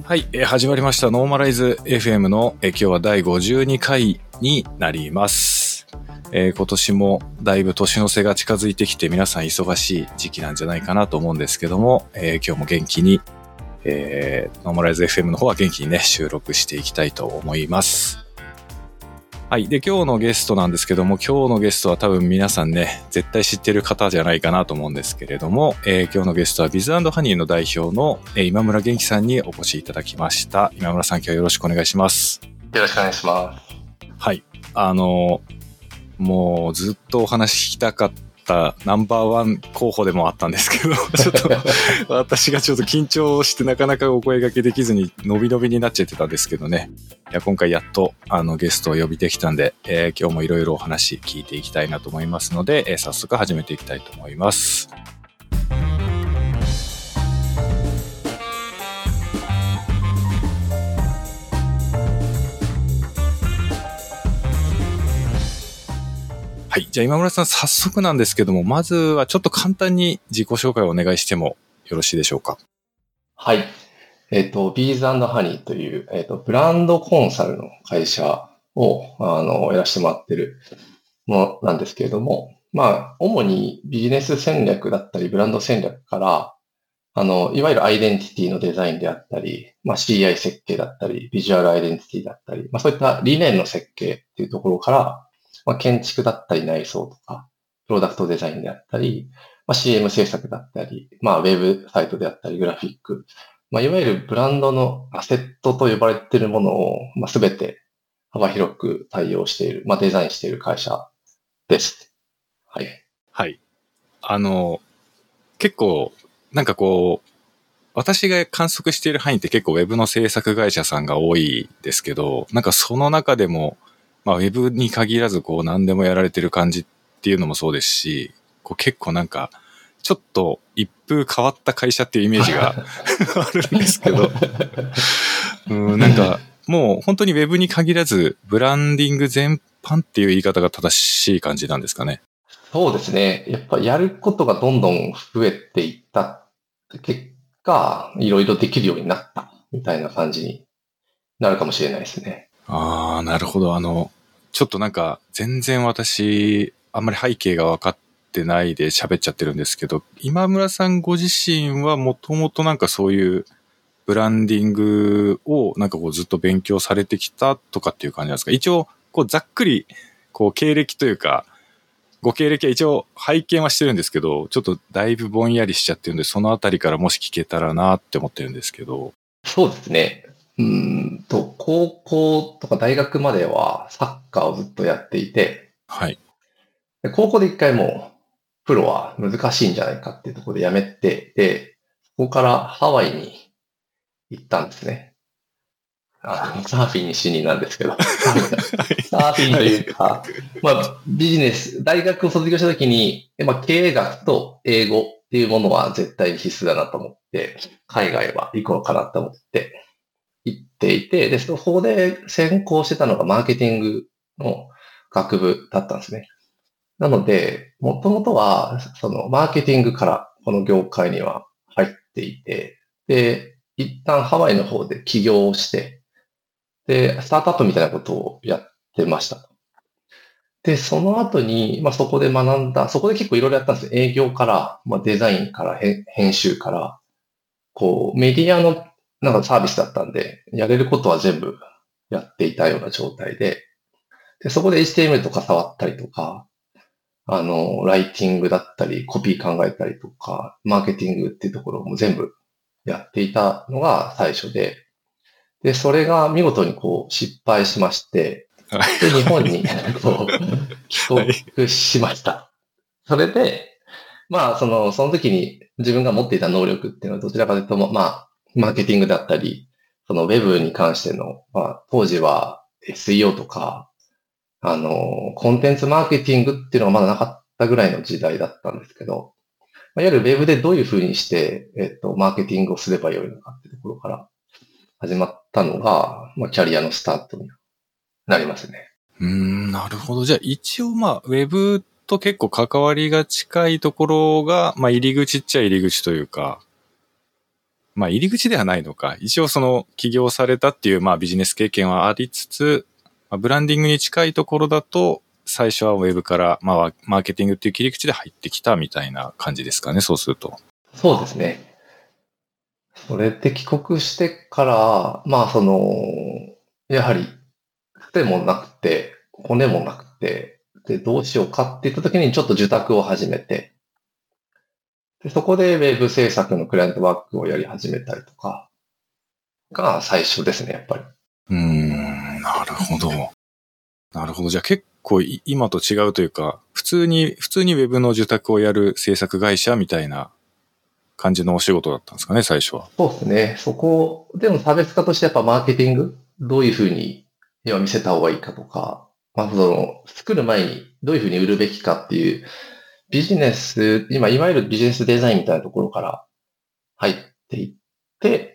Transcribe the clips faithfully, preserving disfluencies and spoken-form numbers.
はい、えー、始まりましたノーマライズ エフエム の、えー、今日はだいごじゅうにかいになります、えー、今年もだいぶ年の瀬が近づいてきて皆さん忙しい時期なんじゃないかなと思うんですけども、えー、今日も元気に、えー、ノーマライズ エフエム の方は元気にね収録していきたいと思います。はい。で、今日のゲストなんですけども、今日のゲストは多分皆さんね、絶対知ってる方じゃないかなと思うんですけれども、えー、今日のゲストはビズ&ハニーの代表の、えー、今村元気さんにお越しいただきました。今村さん、今日はよろしくお願いします。 よろしくお願いします。 はい。あの、もうずっとお話聞きたかったナンバーワン候補でもあったんですけど、ちょっと私がちょっと緊張してなかなかお声掛けできずに伸び伸びになっちゃってたんですけどね。いや今回やっとあのゲストを呼びできたんで、えー、今日もいろいろお話聞いていきたいなと思いますので、えー、早速始めていきたいと思います。はい。じゃあ今村さん、早速なんですけども、まずはちょっと簡単に自己紹介をお願いしてもよろしいでしょうか。 はい。えっ、ー、と、ビーズ&ハニーという、えっ、ー、と、ブランドコンサルの会社を、あの、やらせてもらってるものなんですけれども、まあ、主にビジネス戦略だったり、ブランド戦略から、あの、いわゆるアイデンティティのデザインであったり、まあ、シーアイ 設計だったり、ビジュアルアイデンティティだったり、まあ、そういった理念の設計っていうところから、まあ、建築だったり内装とか、プロダクトデザインであったり、まあ、シーエム 制作だったり、まあ、ウェブサイトであったり、グラフィック、まあ、いわゆるブランドのアセットと呼ばれているものを、まあ、全て幅広く対応している、まあ、デザインしている会社です。はい。 はい。あの、結構、なんかこう、私が観測している範囲って結構ウェブの制作会社さんが多いですけど、なんかその中でも、まあウェブに限らずこう何でもやられてる感じっていうのもそうですし、こう結構なんかちょっと一風変わった会社っていうイメージがあるんですけど、うん、なんかもう本当にウェブに限らずブランディング全般っていう言い方が正しい感じなんですかね。 そうですね。やっぱやることがどんどん増えていった結果、いろいろできるようになったみたいな感じになるかもしれないですね。 ああ、なるほど。あの、ちょっとなんか全然私、あんまり背景が分かってないで喋っちゃってるんですけど、今村さんご自身はもともとなんかそういうブランディングをなんかこうずっと勉強されてきたとかっていう感じなんですか？一応、こうざっくり、こう経歴というか、ご経歴は一応拝見はしてるんですけど、ちょっとだいぶぼんやりしちゃってるんで、そのあたりからもし聞けたらなって思ってるんですけど。 そうですね。うーんと、高校とか大学まではサッカーをずっとやっていて、 はい。 で高校で一回もうプロは難しいんじゃないかっていうところでやめて、で、そこからハワイに行ったんですね。あのサーフィンしになんですけど、サーフィンというか、まあビジネス、大学を卒業したときに、まあ経営学と英語っていうものは絶対に必須だなと思って、海外は行こうかなと思って行っていて、で、そこで専攻してたのがマーケティングの学部だったんですね。なので、もともとは、そのマーケティングからこの業界には入っていて、で、一旦ハワイの方で起業をして、で、スタートアップみたいなことをやってました。で、その後に、まあそこで学んだ、そこで結構いろいろやったんですよ。営業から、まあデザインから、編集から、こう、メディアのなんかサービスだったんで、やれることは全部やっていたような状態で、で、そこで エイチティーエムエル とか触ったりとか、あの、ライティングだったり、コピー考えたりとか、マーケティングっていうところも全部やっていたのが最初で、で、それが見事にこう失敗しまして、で、日本にこう帰国しました。それで、まあ、その、その時に自分が持っていた能力っていうのはどちらかというと、まあ、マーケティングだったり、そのウェブに関しての、まあ、当時は エスイーオー とか、あの、コンテンツマーケティングっていうのがまだなかったぐらいの時代だったんですけど、いわゆるウェブでどういうふうにして、えっと、マーケティングをすればよいのかっていうところから始まったのが、まあ、キャリアのスタートになりますね。 うーん、なるほど。じゃあ一応まあ、ウェブと結構関わりが近いところが、まあ入り口っちゃ入り口というか、 まあ入り口ではないのか。一応その起業されたっていうまあビジネス経験はありつつ、まあ、ブランディングに近いところだと、最初はウェブからまあマーケティングっていう切り口で入ってきたみたいな感じですかね、そうすると。 そうですね。それで帰国してから、まあその、やはり、手もなくて、骨もなくて、で、どうしようかって言った時にちょっと受託を始めて、で、そこでウェブ制作のクライアントワークをやり始めたりとか、が最初ですね、やっぱり。 うーん、なるほど。なるほど。じゃあ結構今と違うというか、普通に、普通にウェブの受託をやる制作会社みたいな感じのお仕事だったんですかね、最初は。 そうですね。そこでの差別化としてやっぱマーケティング、どういうふうに要は見せた方がいいかとか、まあその、作る前にどういうふうに売るべきかっていうビジネス、今、いわゆるビジネスデザインみたいなところから入っていって、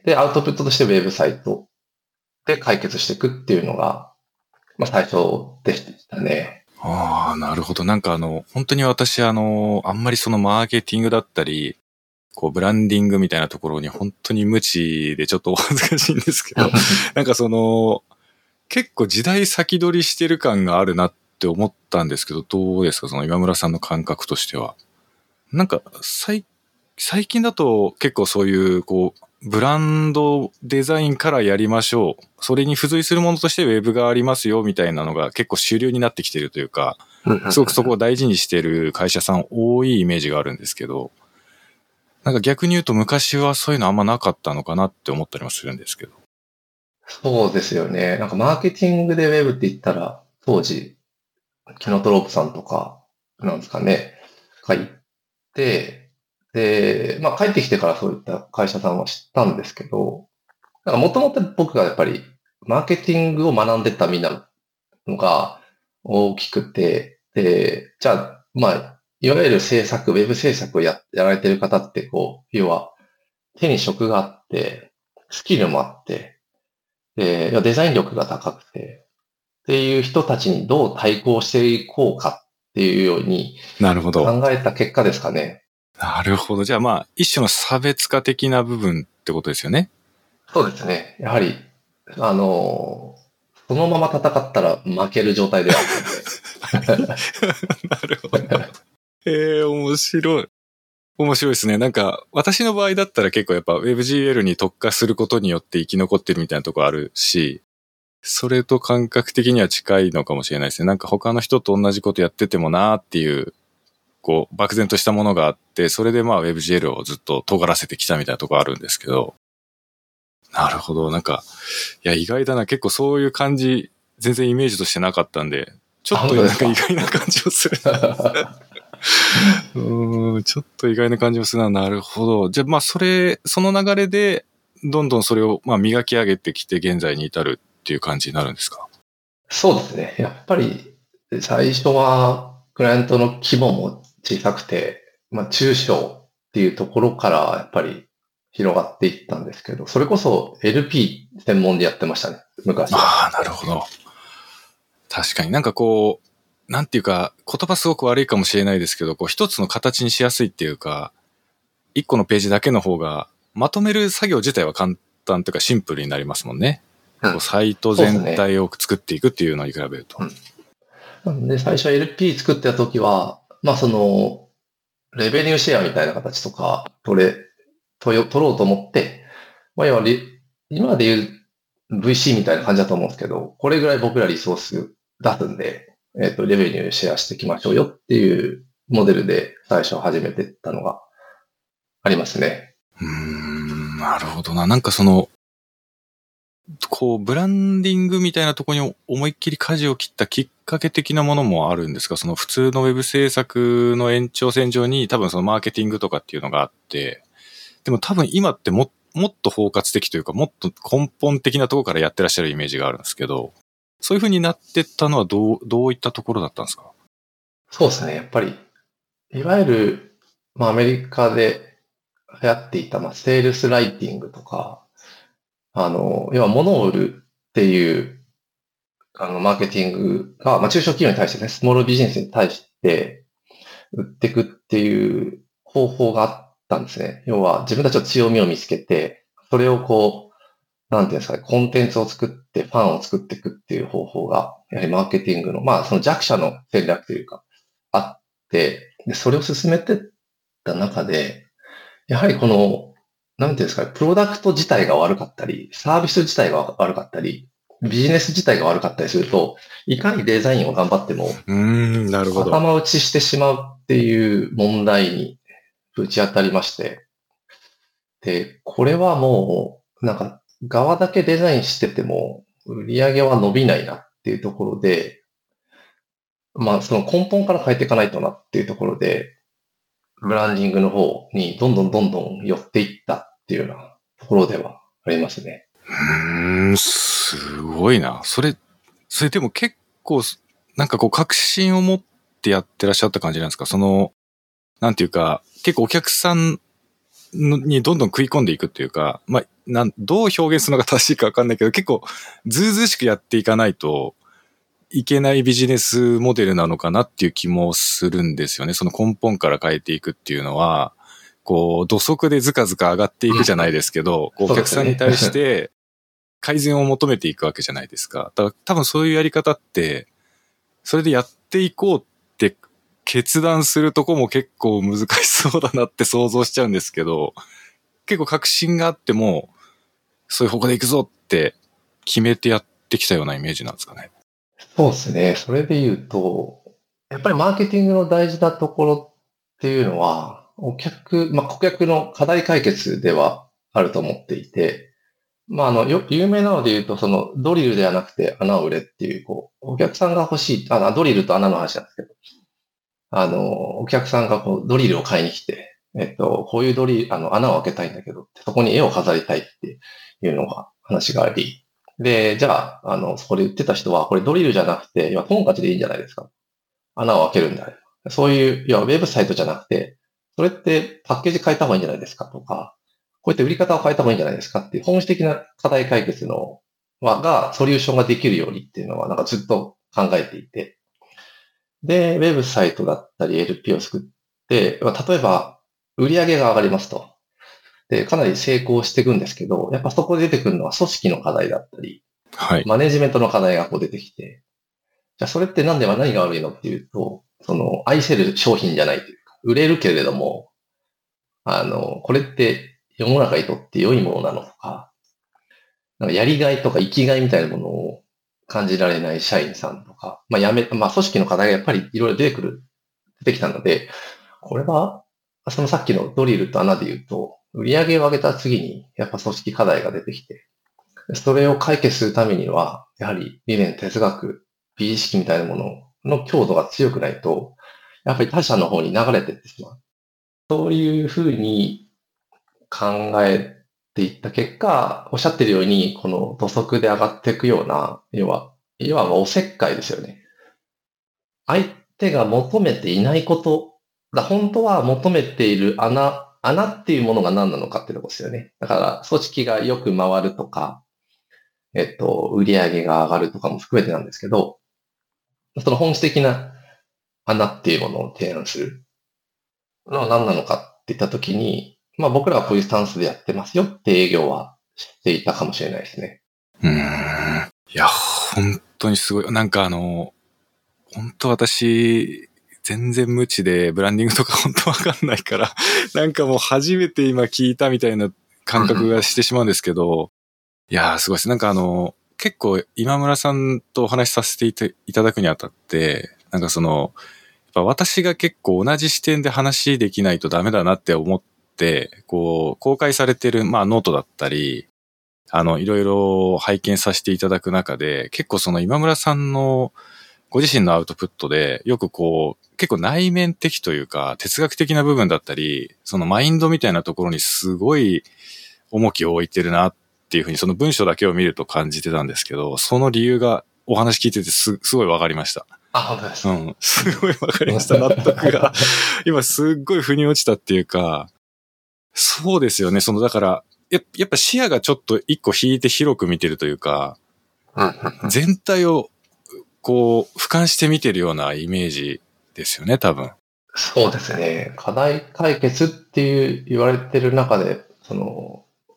で、アウトプットとしてウェブサイトで解決していくっていうのが、まあ最初でしたね。 ああ、なるほど。なんかあの、本当に私あの、あんまりそのマーケティングだったり、こう、ブランディングみたいなところに本当に無知でちょっとお恥ずかしいんですけど、なんかその、結構時代先取りしてる感があるなって思ったんですけど、どうですかその今村さんの感覚としては。なんか、最、最近だと結構そういう、こう、ブランドデザインからやりましょう。それに付随するものとしてウェブがありますよみたいなのが結構主流になってきてるというか、すごくそこを大事にしてる会社さん多いイメージがあるんですけど、なんか逆に言うと昔はそういうのあんまなかったのかなって思ったりもするんですけど。 そうですよね。なんかマーケティングでウェブって言ったら、当時、キノトロープさんとか、なんですかね、が行って、で、まあ帰ってきてからそういった会社さんは知ったんですけど、なんかもともと僕がやっぱりマーケティングを学んでたみんなのが大きくて、で、じゃあ、まあ、いわゆる制作、ウェブ制作をや、やられてる方って、こう、要は手に職があって、スキルもあって、で、いやデザイン力が高くて、っていう人たちにどう対抗していこうかっていうようになるほど。 考えた結果ですかね。 なるほど。じゃあまあ、一種の差別化的な部分ってことですよね。 そうですね。やはり、あの、そのまま戦ったら負ける状態ではあったので。 なるほど。ええー、面白い。面白いですね。なんか、私の場合だったら結構やっぱ WebGL に特化することによって生き残ってるみたいなとこあるし、それと感覚的には近いのかもしれないですね。なんか他の人と同じことやっててもなーっていう、こう、漠然としたものがあって、それでまあ WebGL をずっと尖らせてきたみたいなとこあるんですけど、なるほど。なんか、いや、意外だな。結構そういう感じ、全然イメージとしてなかったんで、ちょっとなんか意外な感じをする。うーん、ちょっと意外な感じもするな。なるほど。じゃあ、まあ、それ、その流れで、どんどんそれを、まあ、磨き上げてきて、現在に至るっていう感じになるんですか？ そうですね。やっぱり、最初は、クライアントの規模も小さくて、まあ、中小っていうところから、やっぱり広がっていったんですけど、それこそ エルピー 専門でやってましたね、昔は。 ああ、なるほど。確かになんかこう、なんていうか、言葉すごく悪いかもしれないですけど、こう一つの形にしやすいっていうか、一個のページだけの方が、まとめる作業自体は簡単というかシンプルになりますもんね。うん、こうサイト全体を作っていくっていうのに比べると。 うん、なんで最初 エルピー 作ってた時は、まあその、レベニューシェアみたいな形とか、取れ、取ろうと思って、まあ要は今で言う ブイシー みたいな感じだと思うんですけど、これぐらい僕らリソース出すんで、えっと、レベニューシェアしていきましょうよっていうモデルで最初始めていったのがありますね。 うーん、なるほどな。なんかその、こう、ブランディングみたいなところに思いっきり舵を切ったきっかけ的なものもあるんですか？その普通のウェブ制作の延長線上に多分そのマーケティングとかっていうのがあって、でも多分今っても、もっと包括的というか、もっと根本的なところからやってらっしゃるイメージがあるんですけど、そういう風になってったのはどう、どういったところだったんですか？ そうですね。やっぱり、いわゆる、まあアメリカで流行っていた、まあセールスライティングとか、あの、要は物を売るっていう、あの、マーケティングが、まあ中小企業に対してね、スモールビジネスに対して売っていくっていう方法があったんですね。要は自分たちの強みを見つけて、 それをこう、なんていうんですかね、コンテンツを作ってファンを作っていくっていう方法が、やはりマーケティングの、まあその弱者の戦略というか、あって、で、それを進めてった中で、やはりこの、なんていうんですかね、プロダクト自体が悪かったり、サービス自体が悪かったり、ビジネス自体が悪かったりすると、いかにデザインを頑張っても、 うーん、なるほど。 頭打ちしてしまうっていう問題にぶち当たりまして、で、これはもう、なんか、側だけデザインしてても、売り上げは伸びないなっていうところで、まあ、その根本から変えていかないとなっていうところで、ブランディングの方にどんどんどんどん寄っていったっていうようなところではありますね。 うーん、すごいな。それ、それでも結構、なんかこう確信を持ってやってらっしゃった感じなんですか？その、なんていうか、結構お客さんにどんどん食い込んでいくっていうか、まあ、なん、どう表現するのが正しいかわかんないけど、結構ずうずうしくやっていかないといけないビジネスモデルなのかなっていう気もするんですよね。その根本から変えていくっていうのは、こう、土足でずかずか上がっていくじゃないですけど、こうお客さんに対して改善を求めていくわけじゃないですか。だから多分そういうやり方って、それでやっていこうって決断するとこも結構難しそうだなって想像しちゃうんですけど、結構確信があっても、そういう方向で行くぞって決めてやってきたようなイメージなんですかね。 そうですね。それで言うと、やっぱりマーケティングの大事なところっていうのは、お客、まあ、顧客の課題解決ではあると思っていて、まあ、あの、よ、有名なので言うと、その、ドリルではなくて穴を売れっていう、こう、お客さんが欲しい、あ、ドリルと穴の話なんですけど、あの、お客さんがこう、ドリルを買いに来て、えっと、こういうドリル、あの、穴を開けたいんだけど、そこに絵を飾りたいっていうのが、話があり、で、じゃあ、あの、そこで言ってた人は、これドリルじゃなくて、今、トンカチでいいんじゃないですか。穴を開けるんであれば。そういう、いや、ウェブサイトじゃなくて、それってパッケージ変えた方がいいんじゃないですかとか、こうやって売り方を変えた方がいいんじゃないですかっていう本質的な課題解決の、は、が、ソリューションができるようにっていうのは、なんかずっと考えていて。で、ウェブサイトだったり エルピー を作って、例えば、売り上げが上がりますと。で、かなり成功していくんですけど、やっぱそこで出てくるのは組織の課題だったり、 はい。 マネジメントの課題がこう出てきて、じゃあそれってなんでは何が悪いのっていうと、その愛せる商品じゃないというか、売れるけれども、あの、これって世の中にとって良いものなのか、なんかやりがいとか生きがいみたいなものを感じられない社員さんとか、まあやめ、まあ組織の課題がやっぱりいろいろ出てくる、出てきたので、これは、そのさっきのドリルと穴で言うと、売り上げを上げた次に、やっぱ組織課題が出てきて、それを解決するためには、やはり理念、哲学、美意識みたいなものの強度が強くないと、やっぱり他者の方に流れていってしまう。そういうふうに考えていった結果、おっしゃってるように、この土足で上がっていくような、要は、要はおせっかいですよね。相手が求めていないこと、だ本当は求めている穴、穴っていうものが何なのかっていうところですよね。だから、組織がよく回るとか、えっと、売り上げが上がるとかも含めてなんですけど、その本質的な穴っていうものを提案するのは何なのかって言ったときに、まあ僕らはこういうスタンスでやってますよって営業はしていたかもしれないですね。 うーん。いや、本当にすごい。なんかあの、本当私、全然無知でブランディングとか本当わかんないから、なんかもう初めて今聞いたみたいな感覚がしてしまうんですけど、いやーすごいです。なんかあの、結構今村さんとお話しさせていたいただくにあたって、なんかその、やっぱ私が結構同じ視点で話できないとダメだなって思って、こう、公開されてる、まあノートだったり、あの、いろいろ拝見させていただく中で、結構その今村さんのご自身のアウトプットで、よくこう、結構内面的というか、哲学的な部分だったり、そのマインドみたいなところにすごい重きを置いてるなっていうふうに、その文章だけを見ると感じてたんですけど、その理由がお話聞いててす、すごいわかりました。 あ、本当です。 うん。すごいわかりました。納得が。今すっごい腑に落ちたっていうか、そうですよね。その、だから、ややっぱ視野がちょっと一個引いて広く見てるというか、全体をこう、俯瞰して見てるようなイメージですよね、多分。 そうですね。課題解決っていう言われてる中で、その、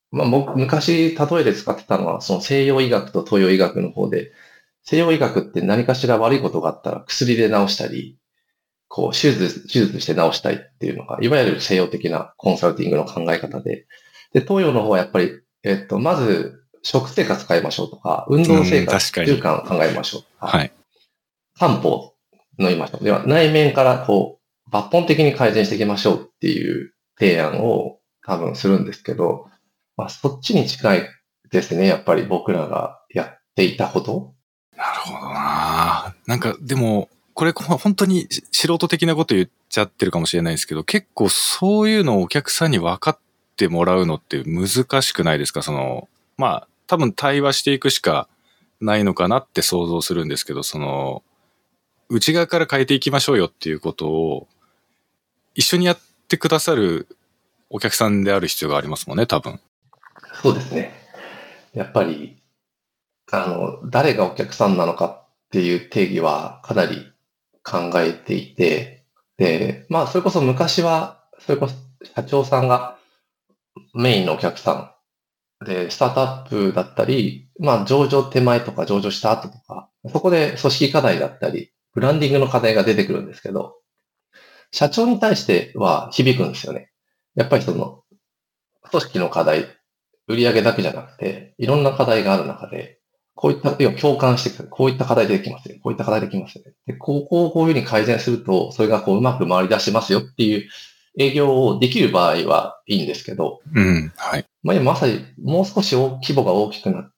まあ僕、昔例えで使ってたのは、その西洋医学と東洋医学の方で、西洋医学って何かしら悪いことがあったら薬で治したり、こう、手術、手術して治したいっていうのが、いわゆる西洋的なコンサルティングの考え方で、で、東洋の方はやっぱり、えっと、まず、食生活変えましょうとか、運動生活習慣を考えましょうとか、 はい。 漢方飲みましょう。では、内面からこう、抜本的に改善していきましょうっていう提案を多分するんですけど、まあ、そっちに近いですね。やっぱり僕らがやっていたこと。 なるほどな。なんか、でも、これ本当に素人的なこと言っちゃってるかもしれないですけど、結構そういうのをお客さんに分かってもらうのって難しくないですか？その、まあ、多分対話していくしかないのかなって想像するんですけど、その、内側から変えていきましょうよっていうことを一緒にやってくださるお客さんである必要がありますもんね、多分。 そうですね。やっぱり、あの、誰がお客さんなのかっていう定義はかなり考えていて、で、まあ、それこそ昔は、それこそ社長さんがメインのお客さんで、スタートアップだったり、まあ、上場手前とか上場した後とか、そこで組織課題だったり、ブランディングの課題が出てくるんですけど、社長に対しては響くんですよね。やっぱりその、組織の課題、売上だけじゃなくて、いろんな課題がある中で、こういった、要は共感してくる。こういった課題出てきますよ。こういった課題できますよね。で、こう、こう、こういうふうに改善すると、それがこう、うまく回り出しますよっていう営業をできる場合はいいんですけど、 うん、はい。 まあ、今まさにもう少し規模が大きくなって、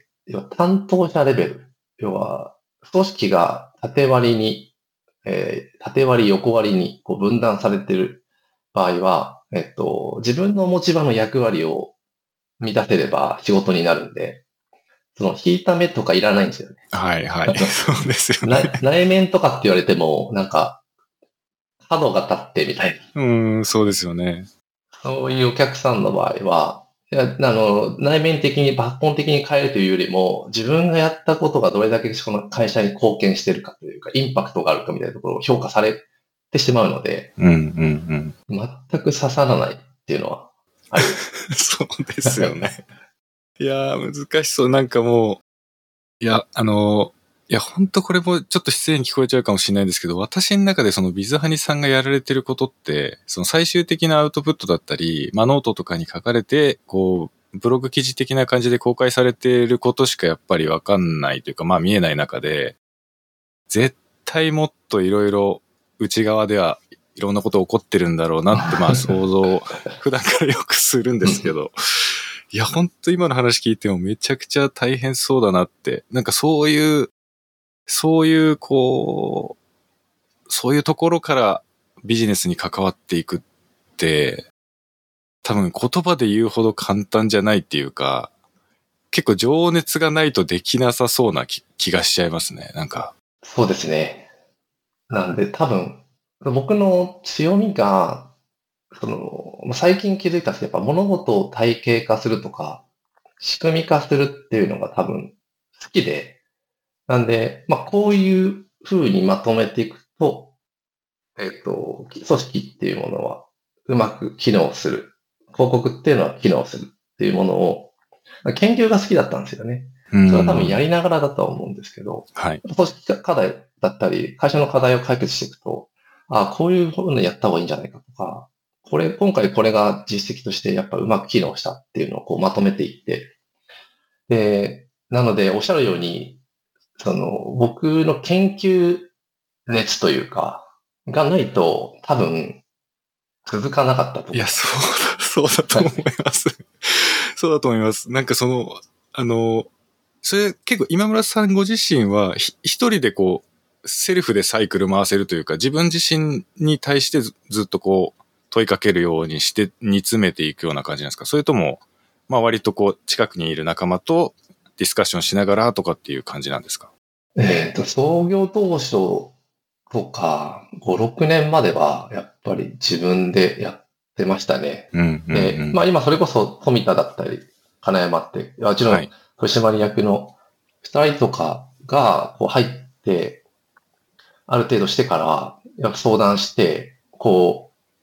要は担当者レベル、要は組織が縦割りに、えー、縦割り横割りにこう分断されている場合は、えっと、自分の持ち場の役割を満たせれば仕事になるんで、その引いた目とかいらないんですよね。 はいはい。そうですよね。 内面とかって言われても、なんか、角が立ってみたいな。 うーん、そうですよね。 そういうお客さんの場合は、いや、あの、内面的に抜本的に変えるというよりも、自分がやったことがどれだけその会社に貢献してるかというか、インパクトがあるかみたいなところを評価されてしまうので、 うんうんうん。 全く刺さらないっていうのはあります。 そうですよね。いやー、難しそう。なんかもう、いや、あの、いや、ほんとこれもちょっと失礼に聞こえちゃうかもしれないんですけど、私の中でそのビズハニさんがやられてることって、その最終的なアウトプットだったり、まあノートとかに書かれて、こう、ブログ記事的な感じで公開されていることしかやっぱりわかんないというか、まあ見えない中で、絶対もっといろいろ内側ではいろんなこと起こってるんだろうなって、まあ想像、普段からよくするんですけど、いや、ほんと今の話聞いてもめちゃくちゃ大変そうだなって、なんかそういう、そういう、こう、そういうところからビジネスに関わっていくって、多分言葉で言うほど簡単じゃないっていうか、結構情熱がないとできなさそうな 気, 気がしちゃいますね、なんか。 そうですね。なんで多分、僕の強みが、その、最近気づいたんですけど、やっぱ物事を体系化するとか、仕組み化するっていうのが多分好きで、なんで、まあこういう風にまとめていくと、えっと、組織っていうものはうまく機能する。広告っていうのは機能するっていうものを、研究が好きだったんですよね。それは多分やりながらだとは思うんですけど、 はい。 組織課題だったり、会社の課題を解決していくと、ああ、こういうふうにやった方がいいんじゃないかとか、これ、今回これが実績としてやっぱうまく機能したっていうのをこうまとめていって、で、なのでおっしゃるように、その、僕の研究熱というか、がないと多分続かなかったと思いや、そうだ、そうだと思います。そうだと思います。なんかその、あの、それ結構今村さんご自身は一人でこう、セルフでサイクル回せるというか、自分自身に対してずずっとこう、問いかけるようにして煮詰めていくような感じなんですか？それとも、まあ割とこう、近くにいる仲間とディスカッションしながらとかっていう感じなんですか？ えっと、創業当初とか、ご、ろくねんまでは、やっぱり自分でやってましたね。 うんうんうん、 で、まあ今それこそ富田だったり、金山って、もちろん取締役の二人とかがこう入って、ある程度してから、やっぱ相談して、こ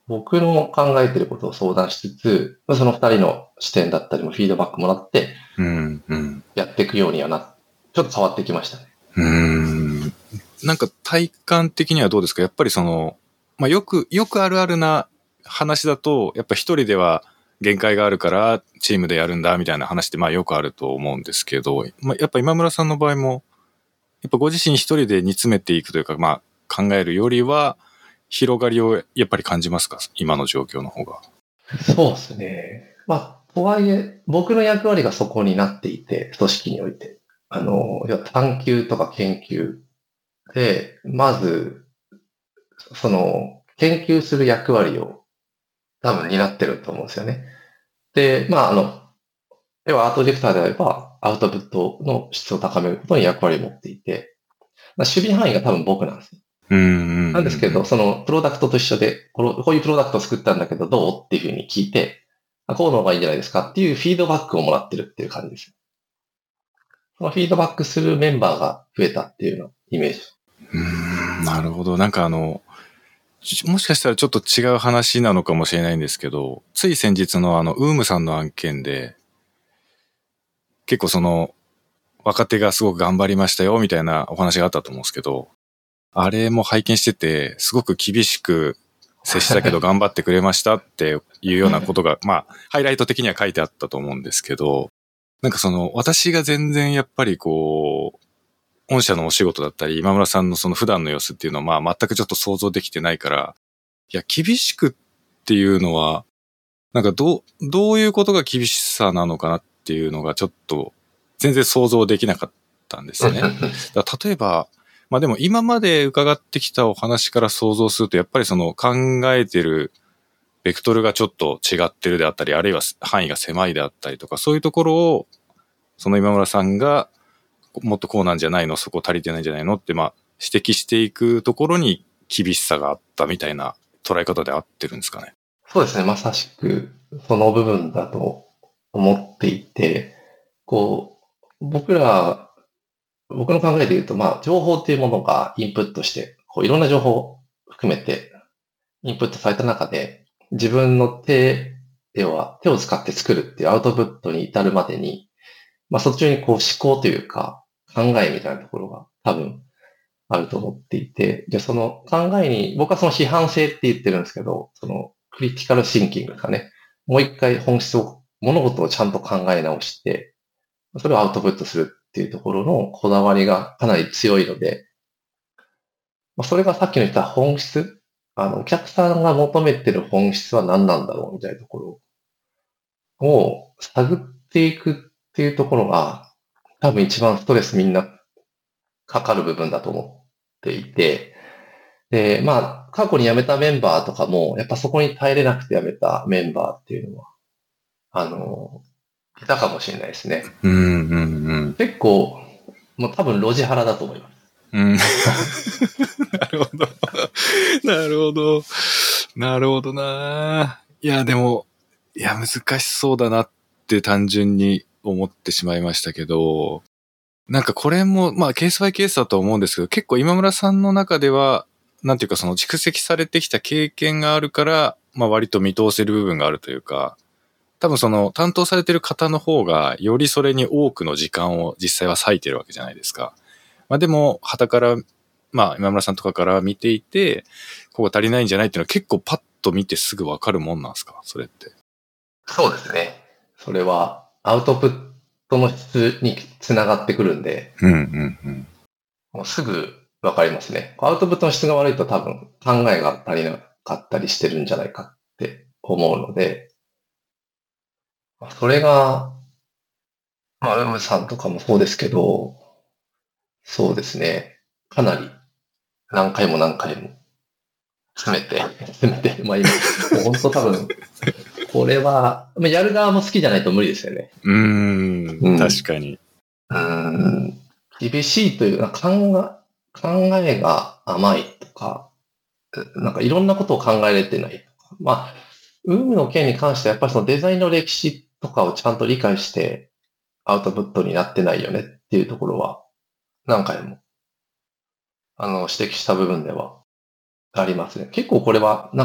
僕の考えてることを相談しつつ、その二人の視点だったりもフィードバックもらって、 うんうん。 やっていくようにはな、ちょっと変わってきましたね。 うーん。なんか体感的にはどうですか？やっぱりその、まあ、よく、よくあるあるな話だと、やっぱ一人では限界があるからチームでやるんだみたいな話ってまあよくあると思うんですけど、まあ、やっぱ今村さんの場合も、やっぱご自身一人で煮詰めていくというか、まあ考えるよりは広がりをやっぱり感じますか？今の状況の方が。 そうですね。まあ、とはいえ、僕の役割がそこになっていて、組織において。あの、いや探究とか研究で、まず、その、研究する役割を多分担ってると思うんですよね。で、まあ、あの、要はアートディレクターであれば、アウトプットの質を高めることに役割を持っていて、まあ、守備範囲が多分僕なんですよ。 うんうんうんうん、 なんですけど、そのプロダクトと一緒で、このこういうプロダクトを作ったんだけど、どうっていうふうに聞いて、こうの方がいいんじゃないですかっていうフィードバックをもらってるっていう感じです。そのフィードバックするメンバーが増えたっていうようなイメージ。 うーん、なるほど。なんかあの、もしかしたらちょっと違う話なのかもしれないんですけど、つい先日のあの、ウームさんの案件で、結構その、若手がすごく頑張りましたよ、みたいなお話があったと思うんですけど、あれも拝見してて、すごく厳しく接したけど頑張ってくれましたっていうようなことが、まあ、ハイライト的には書いてあったと思うんですけど、なんかその、私が全然やっぱりこう、御社のお仕事だったり、今村さんのその普段の様子っていうのは、まあ全くちょっと想像できてないから、いや、厳しくっていうのは、なんかどう、どういうことが厳しさなのかなっていうのがちょっと全然想像できなかったんですね。だから例えば、まあでも今まで伺ってきたお話から想像すると、やっぱりその考えてるベクトルがちょっと違ってるであったり、あるいは範囲が狭いであったりとか、そういうところを、その今村さんがもっとこうなんじゃないの、そこ足りてないんじゃないのって、まあ指摘していくところに厳しさがあったみたいな捉え方で合ってるんですかね。 そうですね。まさしくその部分だと思っていて、こう、僕ら、僕の考えで言うと、まあ、情報っていうものがインプットして、こういろんな情報を含めてインプットされた中で、自分の手、要は手を使って作るっていうアウトプットに至るまでに、まあ、そっちにこう思考というか考えみたいなところが多分あると思っていて、で、その考えに、僕はその批判性って言ってるんですけど、そのクリティカルシンキングですかね。もう一回本質を、物事をちゃんと考え直して、それをアウトプットするっていうところのこだわりがかなり強いので、まあ、それがさっきの言った本質、あの、お客さんが求めてる本質は何なんだろうみたいなところを探っていくっていうところが、多分一番ストレスみんなかかる部分だと思っていて、で、まあ、過去に辞めたメンバーとかも、やっぱそこに耐えれなくて辞めたメンバーっていうのは、あの、いたかもしれないですね。 うんうんうん。 結構、もう多分ロジハラだと思います。 うん、なるほど。なるほど。なるほどな。いや、でも、いや、難しそうだなって単純に思ってしまいましたけど、なんかこれも、まあ、ケースバイケースだと思うんですけど、結構今村さんの中では、なんていうかその蓄積されてきた経験があるから、まあ割と見通せる部分があるというか、多分その担当されてる方の方が、よりそれに多くの時間を実際は割いてるわけじゃないですか。まあでも、傍から、まあ今村さんとかから見ていて、ここ足りないんじゃないっていうのは結構パッと見てすぐわかるもんなんですか、それって。 そうですね。それはアウトプットの質につながってくるんで、 うんうんうん。 もうすぐわかりますね。アウトプットの質が悪いと多分考えが足りなかったりしてるんじゃないかって思うので、それが、まあ、ルームさんとかもそうですけど、そうですね。かなり何回も何回も詰めて、詰めて、まあ今、もう本当多分、これは、まあやる側も好きじゃないと無理ですよね。 うーん、うん、確かに。 うーん、厳しいというか、考え、考えが甘いとか、なんかいろんなことを考えれてない。まあ、ウームの件に関してはやっぱりそのデザインの歴史とかをちゃんと理解してアウトプットになってないよねっていうところは何回もあの指摘した部分ではありますね。結構これはなんか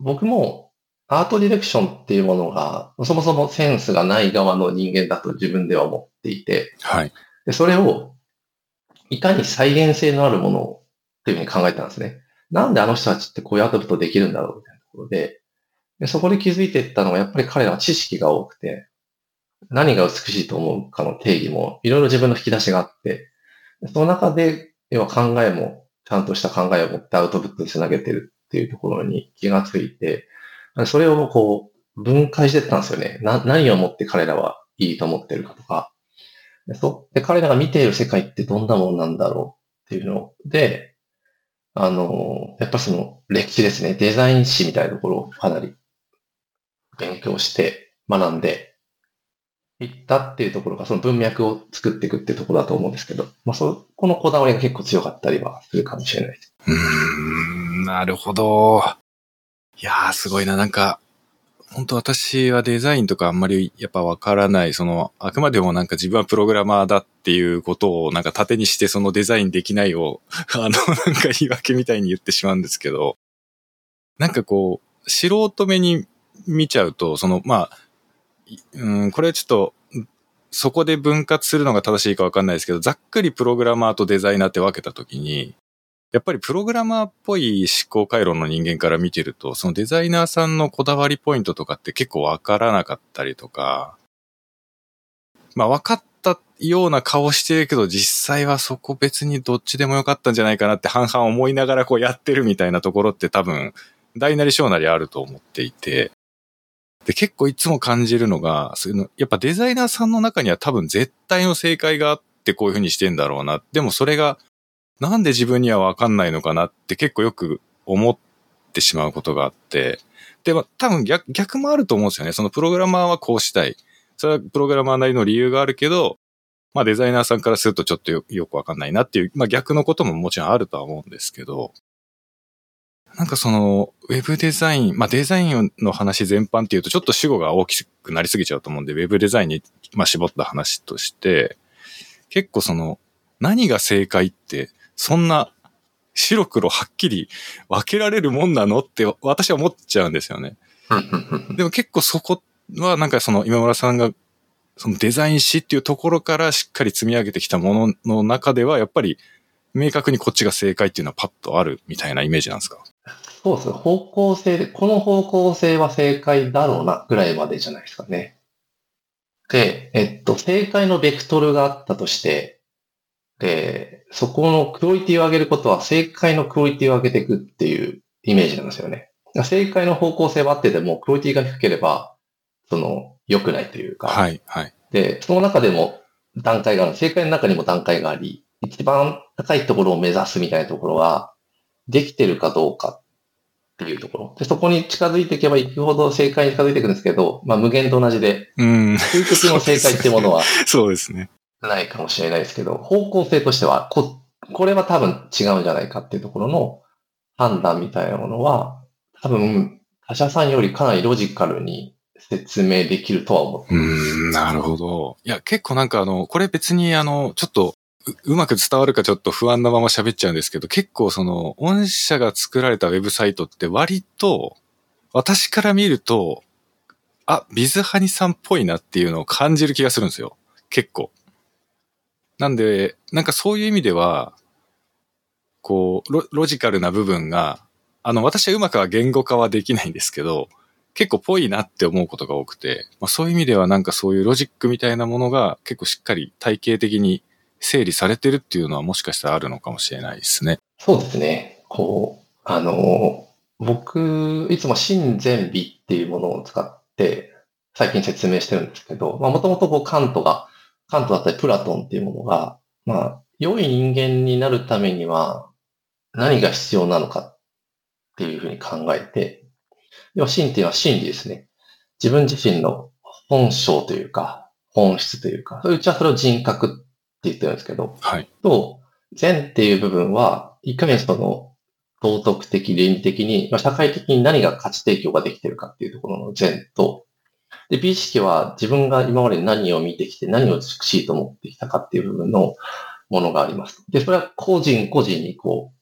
僕もアートディレクションっていうものが、そもそもセンスがない側の人間だと自分では思っていて、 はい。 でそれをいかに再現性のあるものをっていうふうに考えたんですね。なんであの人たちってこういうアウトプットできるんだろうみたいなところで、でそこで気づいていったのはやっぱり彼らは知識が多くて、何が美しいと思うかの定義もいろいろ自分の引き出しがあって、その中で、要は考えも、ちゃんとした考えを持ってアウトプットにつなげてるっていうところに気がついて、それをこう、分解していったんですよね。な、何をもって彼らはいいと思ってるかとか。でそで、彼らが見ている世界ってどんなものなんだろうっていうので、あの、やっぱその歴史ですね。デザイン史みたいなところをかなり勉強して学んでいったっていうところが、その文脈を作っていくっていうところだと思うんですけど、まあそこのこだわりが結構強かったりはするかもしれないです。 うーん、なるほど。いやー、すごいな。なんか、本当私はデザインとかあんまりやっぱわからない、その、あくまでもなんか自分はプログラマーだっていうことをなんか盾にしてそのデザインできないを、あの、なんか言い訳みたいに言ってしまうんですけど、なんかこう、素人目に見ちゃうと、その、まあ、うん、これちょっと、そこで分割するのが正しいかわかんないですけど、ざっくりプログラマーとデザイナーって分けたときに、やっぱりプログラマーっぽい思考回路の人間から見てると、そのデザイナーさんのこだわりポイントとかって結構わからなかったりとか、まあ分かったような顔してるけど、実際はそこ別にどっちでもよかったんじゃないかなって半々思いながらこうやってるみたいなところって多分、大なり小なりあると思っていて、で、結構いつも感じるのが、そういうの、やっぱデザイナーさんの中には多分絶対の正解があってこういう風にしてんだろうな。でもそれが、なんで自分にはわかんないのかなって結構よく思ってしまうことがあって、で、まあ、多分逆、逆もあると思うんですよね。そのプログラマーはこうしたい。それはプログラマーなりの理由があるけど、まあデザイナーさんからするとちょっと よ, よくわかんないなっていう、まあ逆のことももちろんあるとは思うんですけど、なんかその、ウェブデザイン、まあデザインの話全般っていうとちょっと主語が大きくなりすぎちゃうと思うんで、ウェブデザインに、まあ、絞った話として、結構その、何が正解って、そんな白黒はっきり分けられるもんなのって私は思っちゃうんですよね。でも結構そこはなんかその今村さんがそのデザイン史っていうところからしっかり積み上げてきたものの中ではやっぱり明確にこっちが正解っていうのはパッとあるみたいなイメージなんですか？ そうですね。方向性で、この方向性は正解だろうなぐらいまでじゃないですかね。で、えっと、正解のベクトルがあったとして、で、そこのクオリティを上げることは正解のクオリティを上げていくっていうイメージなんですよね。正解の方向性はあってでも、クオリティが低ければ、その、良くないというか。 はい、はい。 で、その中でも段階がある。正解の中にも段階があり、一番高いところを目指すみたいなところは、できてるかどうかっていうところ。で、そこに近づいていけば行くほど正解に近づいていくんですけど、まあ無限と同じで、 うん。 究極の正解ってものは、 そうですね。 ないかもしれないですけど、方向性としては、こ、これは多分違うんじゃないかっていうところの判断みたいなものは、多分、他社さんよりかなりロジカルに説明できるとは思ってうます。 ーん、なるほど。いや、結構なんかあの、これ別にあの、ちょっとう、うまく伝わるかちょっと不安なまま喋っちゃうんですけど、結構その、御社が作られたウェブサイトって割と、私から見ると、あ、ビズハニさんっぽいなっていうのを感じる気がするんですよ。結構。なんで、なんかそういう意味では、こう、ロ、ロジカルな部分が、あの、私はうまくは言語化はできないんですけど、結構ぽいなって思うことが多くて、まあ、そういう意味ではなんかそういうロジックみたいなものが結構しっかり体系的に整理されてるっていうのはもしかしたらあるのかもしれないですね。 そうですね。こう、あの、僕、いつも真善美っていうものを使って最近説明してるんですけど、まあもともとこうカントが、カントだったりプラトンっていうものが、まあ、良い人間になるためには何が必要なのかっていうふうに考えて、要は真っていうのは真理ですね。自分自身の本性というか、本質というか、うちはそれを人格って言ってるんですけど、 はい。 と、善っていう部分は、いかにその道徳的、倫理的に、社会的に何が価値提供ができているかっていうところの善と、で、美意識は自分が今まで何を見てきて、何を美しいと思ってきたかっていう部分のものがあります。で、それは個人個人にこう、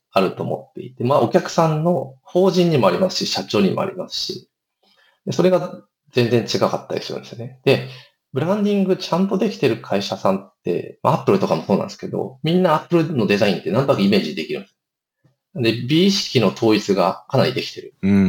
あると思っていて、まあお客さんの法人にもありますし、社長にもありますし、でそれが全然違かったりするんですよね。で、ブランディングちゃんとできてる会社さんって、まあ、Apple とかもそうなんですけど、みんな Apple のデザインってなんとなくイメージできるんです。で、美意識の統一がかなりできてる。 うんうんうん。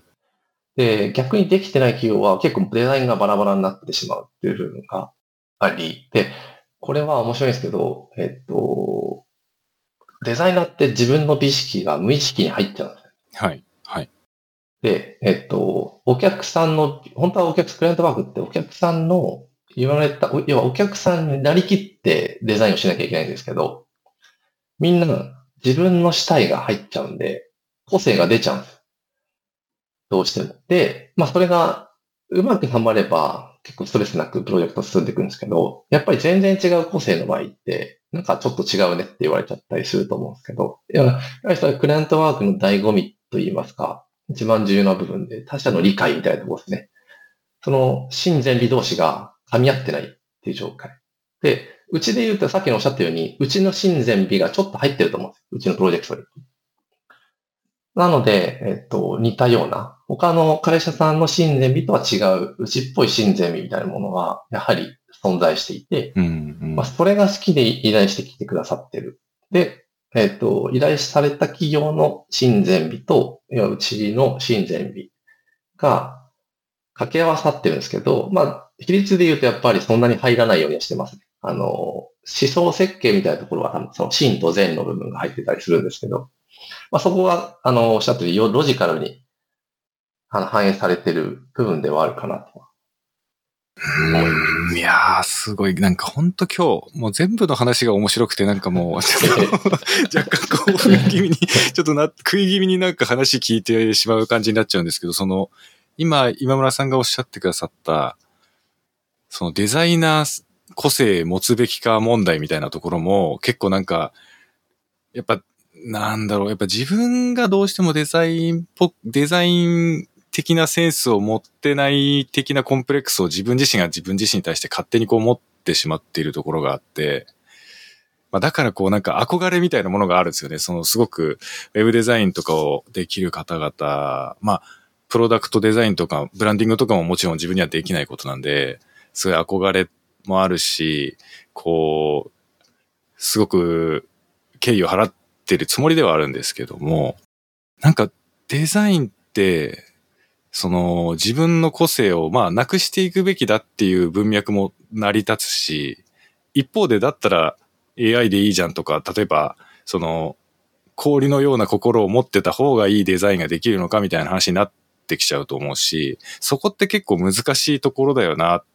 で、逆にできてない企業は結構デザインがバラバラになってしまうっていう部分があり、で、これは面白いんですけど、えっと、デザイナーって自分の美意識が無意識に入っちゃうんですね。 はい。はい。 で、えっと、お客さんの、本当はお客、クライアントワークってお客さんの言われた、要はお客さんになりきってデザインをしなきゃいけないんですけど、みんな自分の主体が入っちゃうんで、個性が出ちゃうんです。どうしても。で、まあそれがうまくはまれば結構ストレスなくプロジェクト進んでいくんですけど、やっぱり全然違う個性の場合って、なんかちょっと違うねって言われちゃったりすると思うんですけど、いや、やはりそれはクライアントワークの醍醐味と言いますか、一番重要な部分で他者の理解みたいなところですね。その真善美同士が噛み合ってないっていう状態。で、うちで言うとさっきのおっしゃったように、うちの真善美がちょっと入ってると思うんです。うちのプロジェクトに。なので、えっと、似たような、他の会社さんの真善美とは違う、うちっぽい真善美みたいなものが、やはり存在していて、 うんうんまあ、それが好きで依頼してきてくださってる。で、えっと、依頼された企業の真善美と、いやうちの真善美が掛け合わさってるんですけど、まあ、比率で言うとやっぱりそんなに入らないようにはしてますね。あの、思想設計みたいなところは多分その真と善の部分が入ってたりするんですけど、まあ、そこは、あの、おっしゃったようにロジカルにあの反映されてる部分ではあるかなと。 うんいやー、すごい。なんかほんと今日、もう全部の話が面白くて、なんかもう、ちょっと若干興奮気味に、ちょっとな、食い気味になんか話聞いてしまう感じになっちゃうんですけど、その、今、今村さんがおっしゃってくださった、そのデザイナー個性持つべきか問題みたいなところも、結構なんか、やっぱ、なんだろう、やっぱ自分がどうしてもデザインっぽ、デザイン的なセンスを持ってない的なコンプレックスを自分自身が自分自身に対して勝手にこう持ってしまっているところがあって、まあだからこうなんか憧れみたいなものがあるんですよね。そのすごくウェブデザインとかをできる方々、まあプロダクトデザインとかブランディングとかももちろん自分にはできないことなんで、すごい憧れもあるし、こう、すごく敬意を払ってるつもりではあるんですけども、なんかデザインって、その自分の個性をまあなくしていくべきだっていう文脈も成り立つし、一方でだったら エーアイ でいいじゃんとか、例えばその氷のような心を持ってた方がいいデザインができるのかみたいな話になってきちゃうと思うし、そこって結構難しいところだよなって、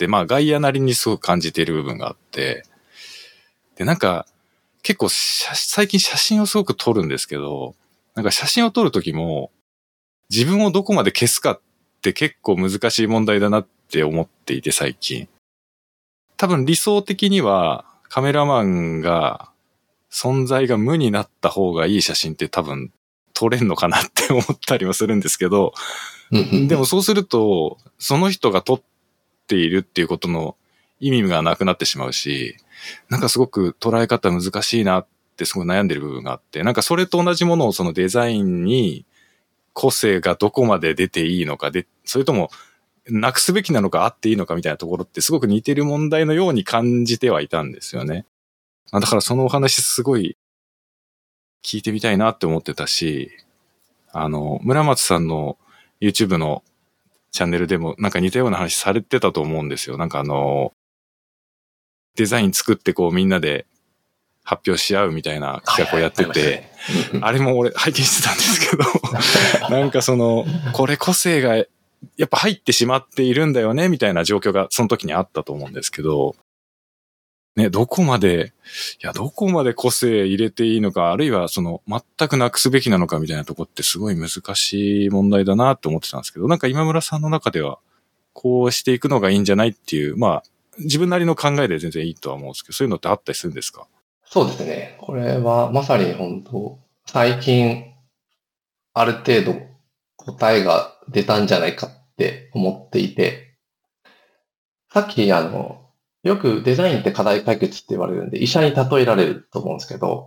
まあ外野なりにすごく感じている部分があって、でなんか結構最近写真をすごく撮るんですけど、なんか写真を撮るときも自分をどこまで消すかって結構難しい問題だなって思っていて最近。多分理想的にはカメラマンが存在が無になった方がいい写真って多分撮れんのかなって思ったりもするんですけど、でもそうするとその人が撮っているっていうことの意味がなくなってしまうし、なんかすごく捉え方難しいなってすごい悩んでる部分があって、なんかそれと同じものをそのデザインに個性がどこまで出ていいのかで、それともなくすべきなのかあっていいのかみたいなところってすごく似てる問題のように感じてはいたんですよね。だからそのお話すごい聞いてみたいなって思ってたし、あの、村松さんの YouTube のチャンネルでもなんか似たような話されてたと思うんですよ。なんかあの、デザイン作ってこうみんなで発表し合うみたいな企画をやってて、あれも俺拝見してたんですけど、なんかその、これ個性がやっぱ入ってしまっているんだよね、みたいな状況がその時にあったと思うんですけど、ね、どこまで、いや、どこまで個性入れていいのか、あるいはその、全くなくすべきなのかみたいなとこってすごい難しい問題だなって思ってたんですけど、なんか今村さんの中では、こうしていくのがいいんじゃないっていう、まあ、自分なりの考えで全然いいとは思うんですけど、そういうのってあったりするんですか？ そうですね。これはまさに本当、最近、ある程度答えが出たんじゃないかって思っていて、さっきあの、よくデザインって課題解決って言われるんで、医者に例えられると思うんですけど、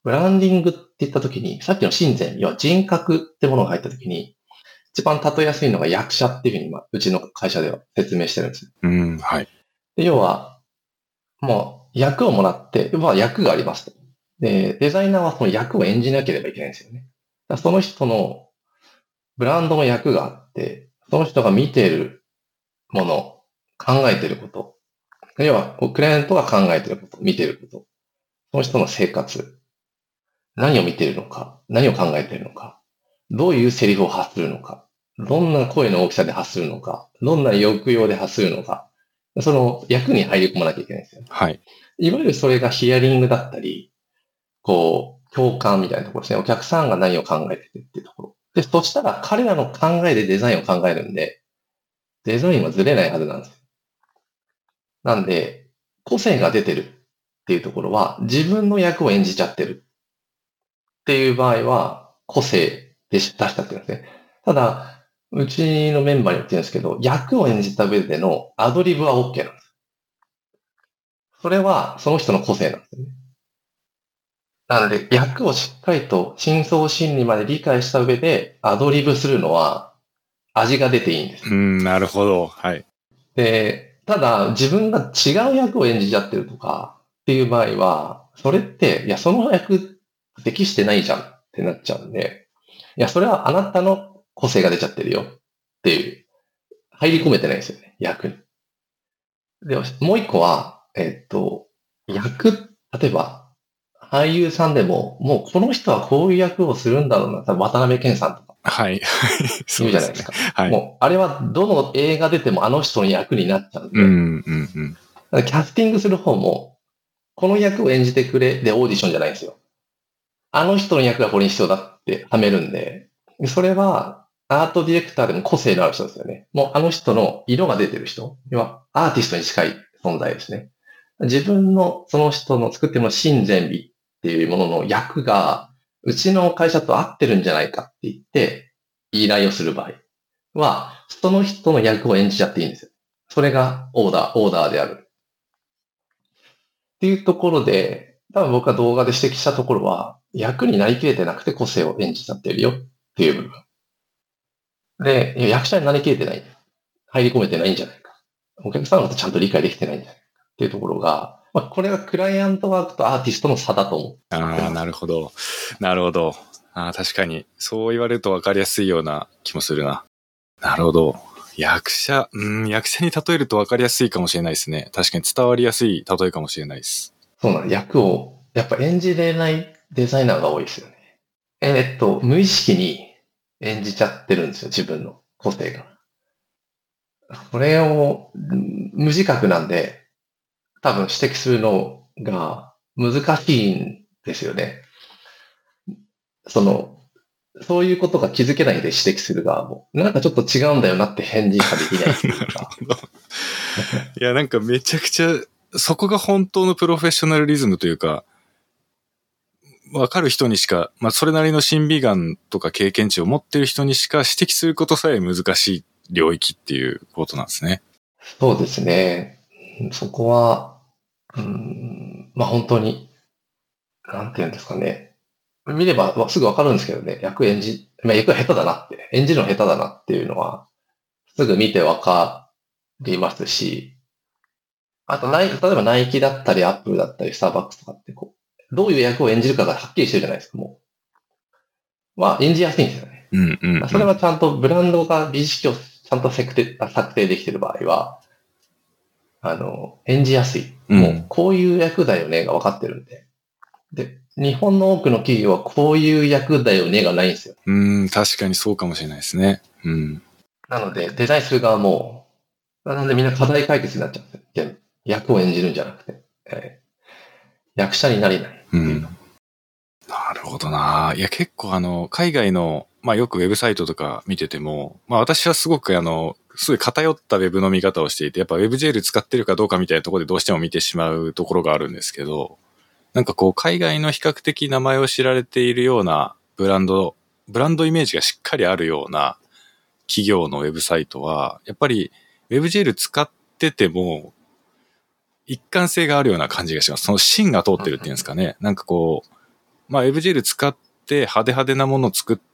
ブランディングって言った時に、さっきの親善、要は人格ってものが入った時に、一番例えやすいのが役者っていうふうに、まあ、うちの会社では説明してるんです。 うん、はい。 で要は、もう役をもらって、まあ役がありますと。で、デザイナーはその役を演じなければいけないんですよね。だその人のブランドの役があって、その人が見ているもの、考えていること、要は、クライアントが考えていること、見ていること、その人の生活、何を見ているのか、何を考えているのか、どういうセリフを発するのか、どんな声の大きさで発するのか、どんな抑揚で発するのか、その役に入り込まなきゃいけないんですよね。 はい。 いわゆるそれがヒアリングだったり、こう、共感みたいなところですね。お客さんが何を考えててっていうところ。で、そしたら彼らの考えでデザインを考えるんで、デザインはずれないはずなんですよ。なんで、個性が出てるっていうところは、自分の役を演じちゃってるっていう場合は、個性で出しちゃってるんですね。ただ、うちのメンバーに言ってるんですけど、役を演じた上でのアドリブは OK なんです。それはその人の個性なんですよね。なので、役をしっかりと深層心理まで理解した上でアドリブするのは味が出ていいんです。 うん、なるほど。はい。 で、ただ自分が違う役を演じちゃってるとかっていう場合は、それって、いや、その役適してないじゃんってなっちゃうんで、いや、それはあなたの個性が出ちゃってるよっていう、入り込めてないんですよね、役に。で、もう一個は、えっと、役、例えば、俳優さんでも、もうこの人はこういう役をするんだろうな。多分渡辺謙さんとかはい。 言うじゃないですか。 はい。 もう、あれはどの映画出てもあの人の役になっちゃうんで、 うん、うん、うん。 キャスティングする方も、この役を演じてくれでオーディションじゃないんですよ。あの人の役がこれに必要だってはめるんで、それはアートディレクターでも個性のある人ですよね。もうあの人の色が出てる人。要はアーティストに近い存在ですね。自分のその人の作ってる真善美っていうものの役が、うちの会社と合ってるんじゃないかって言って、依頼をする場合は、その人の役を演じちゃっていいんですよ。それがオーダー、オーダーである。っていうところで、多分僕が動画で指摘したところは、役になりきれてなくて個性を演じちゃってるよっていう部分。で、役者になりきれてない。入り込めてないんじゃないか。お客さんのことちゃんと理解できてないんじゃないかっていうところが、まあ、これがクライアントワークとアーティストの差だと思う。 ああ、なるほど。なるほど。ああ、確かに。そう言われると分かりやすいような気もするな。なるほど。役者、うん、役者に例えると分かりやすいかもしれないですね。確かに伝わりやすい例えかもしれないです。 そうなん役を、やっぱ演じれないデザイナーが多いですよね。えっと、無意識に演じちゃってるんですよ、自分の個性が。これを、無自覚なんで、多分指摘するのが難しいんですよね。その、そういうことが気づけないで指摘する側も、なんかちょっと違うんだよなって返事ができないっていうか。 いや、なんかめちゃくちゃ、そこが本当のプロフェッショナルリズムというか、わかる人にしか、まあそれなりの審美眼とか経験値を持っている人にしか指摘することさえ難しい領域っていうことなんですね。 そうですね。そこは、うん、まあ本当に、なんていうんですかね。見ればすぐわかるんですけどね。役演じ、まあ役が下手だなって、演じるの下手だなっていうのは、すぐ見てわかりますし、あと、例えばナイキだったり、アップルだったり、スターバックスとかってこう、どういう役を演じるかがはっきりしてるじゃないですか、もう。は、演じやすいんですよね。 うんうん、うん。 それはちゃんとブランドが美意識をちゃんと策定策定できている場合は、あの、演じやすい。もう、こういう役だよねが分かってるんで。で、日本の多くの企業はこういう役だよねがないんですよ。 うん、確かにそうかもしれないですね。うん。 なので、デザインする側も、なのでみんな課題解決になっちゃうんですよ。役を演じるんじゃなくて、えー、役者になれない。 うん。なるほどな。いや、結構あの、海外の、まあよくウェブサイトとか見てても、まあ私はすごくあの、すごい偏ったウェブの見方をしていて、やっぱ WebGL 使ってるかどうかみたいなところでどうしても見てしまうところがあるんですけど、なんかこう海外の比較的名前を知られているようなブランド、ブランドイメージがしっかりあるような企業のウェブサイトは、やっぱり WebGL 使ってても一貫性があるような感じがします。その芯が通ってるっていうんですかね。なんかこう、 まあ WebGL 使って派手派手なものを作って、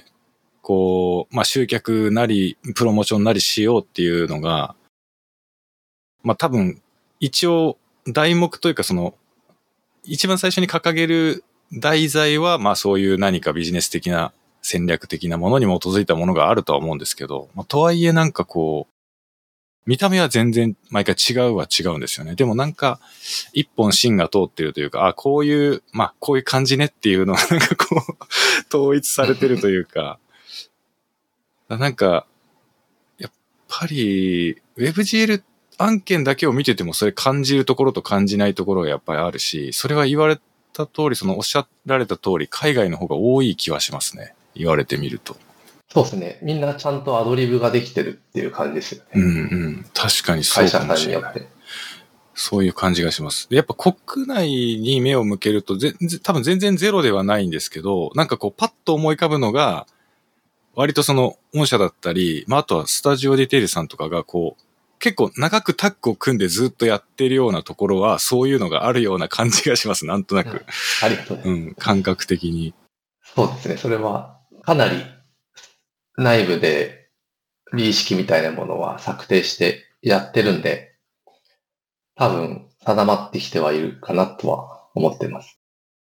こう、まあ集客なり、プロモーションなりしようっていうのが、まあ多分、一応、題目というかその、一番最初に掲げる題材は、まあそういう何かビジネス的な戦略的なものに基づいたものがあるとは思うんですけど、まあ、とはいえなんかこう、見た目は全然毎回違うは違うんですよね。でもなんか、一本芯が通ってるというか、あ、こういう、まあこういう感じねっていうのがなんかこう、統一されてるというか、なんか、やっぱり、WebGL 案件だけを見ててもそれ感じるところと感じないところがやっぱりあるし、それは言われた通り、そのおっしゃられた通り、海外の方が多い気はしますね。言われてみると。 そうですね。みんなちゃんとアドリブができてるっていう感じですよね。 うんうん。確かにそうかもしれない。会社さんによって。そういう感じがします。で、やっぱ国内に目を向けると、ぜ多分全然ゼロではないんですけど、なんかこうパッと思い浮かぶのが、割とその御社だったり、まああとはスタジオディテールさんとかがこう、結構長くタッグを組んでずっとやってるようなところは、そういうのがあるような感じがします。なんとなく。うん、 ありがとうございます。 うん、感覚的に。 そうですね。それは、かなり内部で美意識みたいなものは策定してやってるんで、多分定まってきてはいるかなとは思っています。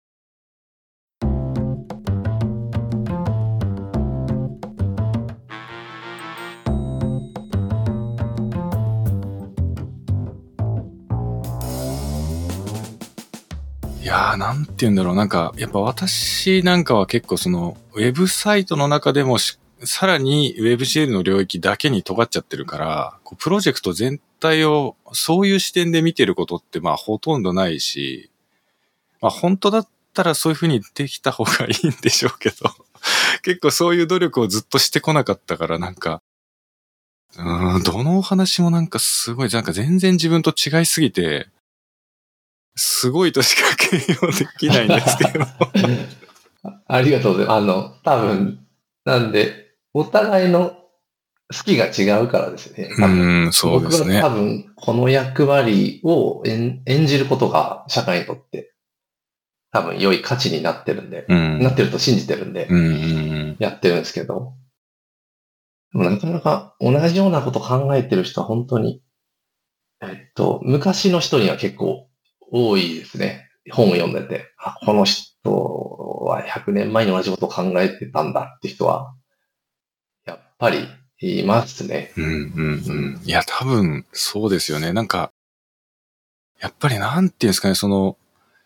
いやー、なんて言うんだろう。なんか、やっぱ私なんかは結構その、ウェブサイトの中でもさらに WebGL の領域だけに尖っちゃってるから、こうプロジェクト全体をそういう視点で見てることってまあほとんどないし、まあ本当だったらそういう風にできた方がいいんでしょうけど、結構そういう努力をずっとしてこなかったからなんか、うーん、どのお話もなんかすごい、なんか全然自分と違いすぎて、すごいとしか形容できないんですけど。 ありがとうございます。あの、多分、なんで、お互いの好きが違うからですね。多分うん、そうですね。 僕は多分、この役割を演じることが社会にとって多分良い価値になってるんで、うん、なってると信じてるんで、やってるんですけど、でもなかなか同じようなこと考えてる人は本当に、えっと、昔の人には結構多いですね。本を読んでて、あ、この人はひゃくねんまえに同じことを考えてたんだって人は、やっぱりいますね。 うんうんうん。いや、多分そうですよね。なんか、やっぱりなんていうんですかね、その、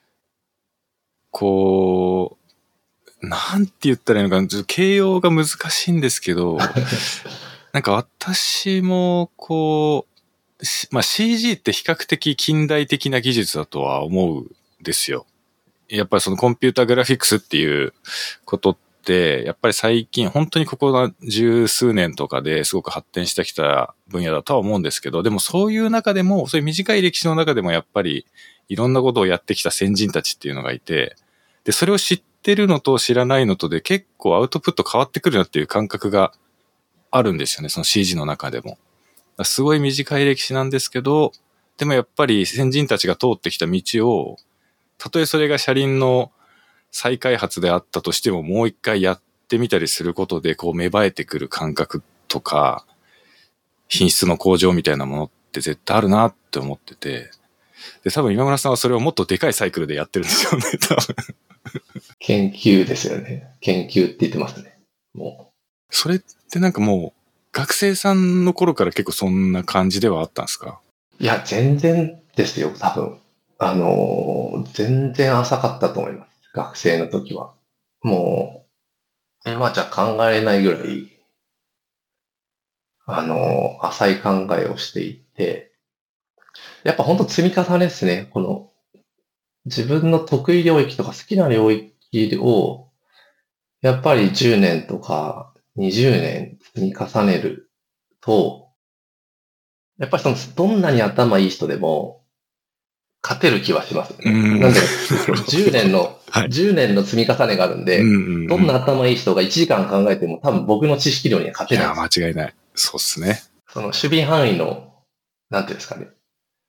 こう、なんて言ったらいいのかな、ちょっと形容が難しいんですけど、なんか私もこう、まあ シージー って比較的近代的な技術だとは思うんですよ。やっぱりそのコンピュータグラフィックスっていうことって、やっぱり最近、本当にここの十数年とかですごく発展してきた分野だとは思うんですけど、でもそういう中でも、そういう短い歴史の中でもやっぱりいろんなことをやってきた先人たちっていうのがいて、で、それを知ってるのと知らないのとで結構アウトプット変わってくるなっていう感覚があるんですよね、その シージー の中でも。すごい短い歴史なんですけど、でもやっぱり先人たちが通ってきた道を、たとえそれが車輪の再開発であったとしてももう一回やってみたりすることでこう芽生えてくる感覚とか品質の向上みたいなものって絶対あるなって思ってて、で多分今村さんはそれをもっとでかいサイクルでやってるんですよね、多分。 研究ですよね。研究って言ってますね。もう。それってなんかもう学生さんの頃から結構そんな感じではあったんですか？ いや、全然ですよ、多分。あの、全然浅かったと思います。学生の時は。もう、今じゃ考えれないぐらい、あの、浅い考えをしていて、やっぱ本当積み重ねですね。この、自分の得意領域とか好きな領域を、やっぱりじゅうねんとかにじゅうねん積み重ねると、やっぱりその、どんなに頭いい人でも、勝てる気はしますね。んなんで、じゅうねんの、はい、じゅうねんの積み重ねがあるんで、うんうんうん、どんな頭いい人がいちじかん考えても多分僕の知識量には勝てない。いや、間違いない。そうっすね。 その守備範囲の、なんていうんですかね。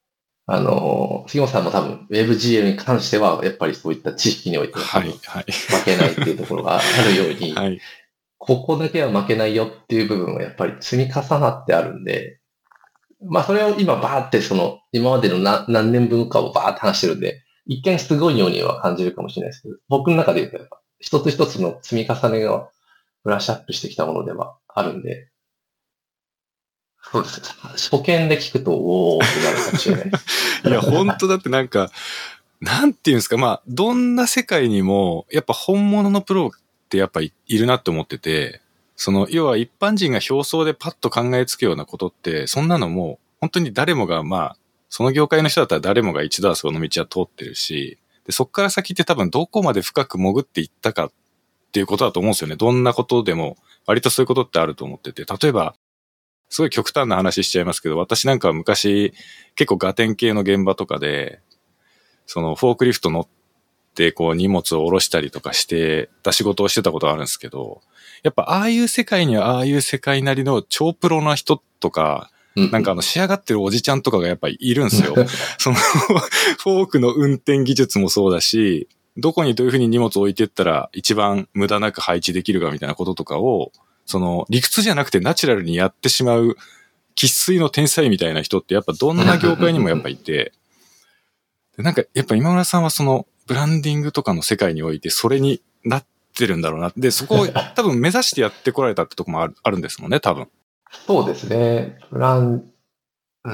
あの、杉本さんも多分 WebGL に関しては、やっぱりそういった知識においてははい、はい。 負けないっていうところがあるように、 はい。 ここだけは負けないよっていう部分はやっぱり積み重なってあるんで、まあそれを今バーってその今までの何何年分かをバーって話してるんで、一見すごいようには感じるかもしれないですけど、僕の中で言うとやっぱ一つ一つの積み重ねがブラッシュアップしてきたものではあるんで、そうですね。初見で聞くと、おーってなるかもしれないです。 いや、本当だってなんか、なんていうんですか、まあ、どんな世界にも、やっぱ本物のプロってやっぱいるなって思ってて、その、要は一般人が表層でパッと考えつくようなことって、そんなのもう、本当に誰もが、まあ、その業界の人だったら誰もが一度はその道は通ってるし、でそっから先って多分どこまで深く潜っていったかっていうことだと思うんですよね。どんなことでも、割とそういうことってあると思ってて、例えば、すごい極端な話しちゃいますけど、私なんかは昔、結構ガテン系の現場とかで、そのフォークリフト乗ってこう荷物を下ろしたりとかしてた仕事をしてたことがあるんですけど、やっぱああいう世界にはああいう世界なりの超プロな人とか、なんかあの仕上がってるおじちゃんとかがやっぱりいるんですよ。そのフォークの運転技術もそうだし、どこにどういうふうに荷物を置いてったら一番無駄なく配置できるかみたいなこととかを、その理屈じゃなくてナチュラルにやってしまう生粋の天才みたいな人ってやっぱどんな業界にもやっぱいて、なんかやっぱ今村さんはそのブランディングとかの世界においてそれになってるんだろうな。で、そこを多分目指してやってこられたってとこもある、あるんですもんね、多分。 そうですね。ブラン、うん、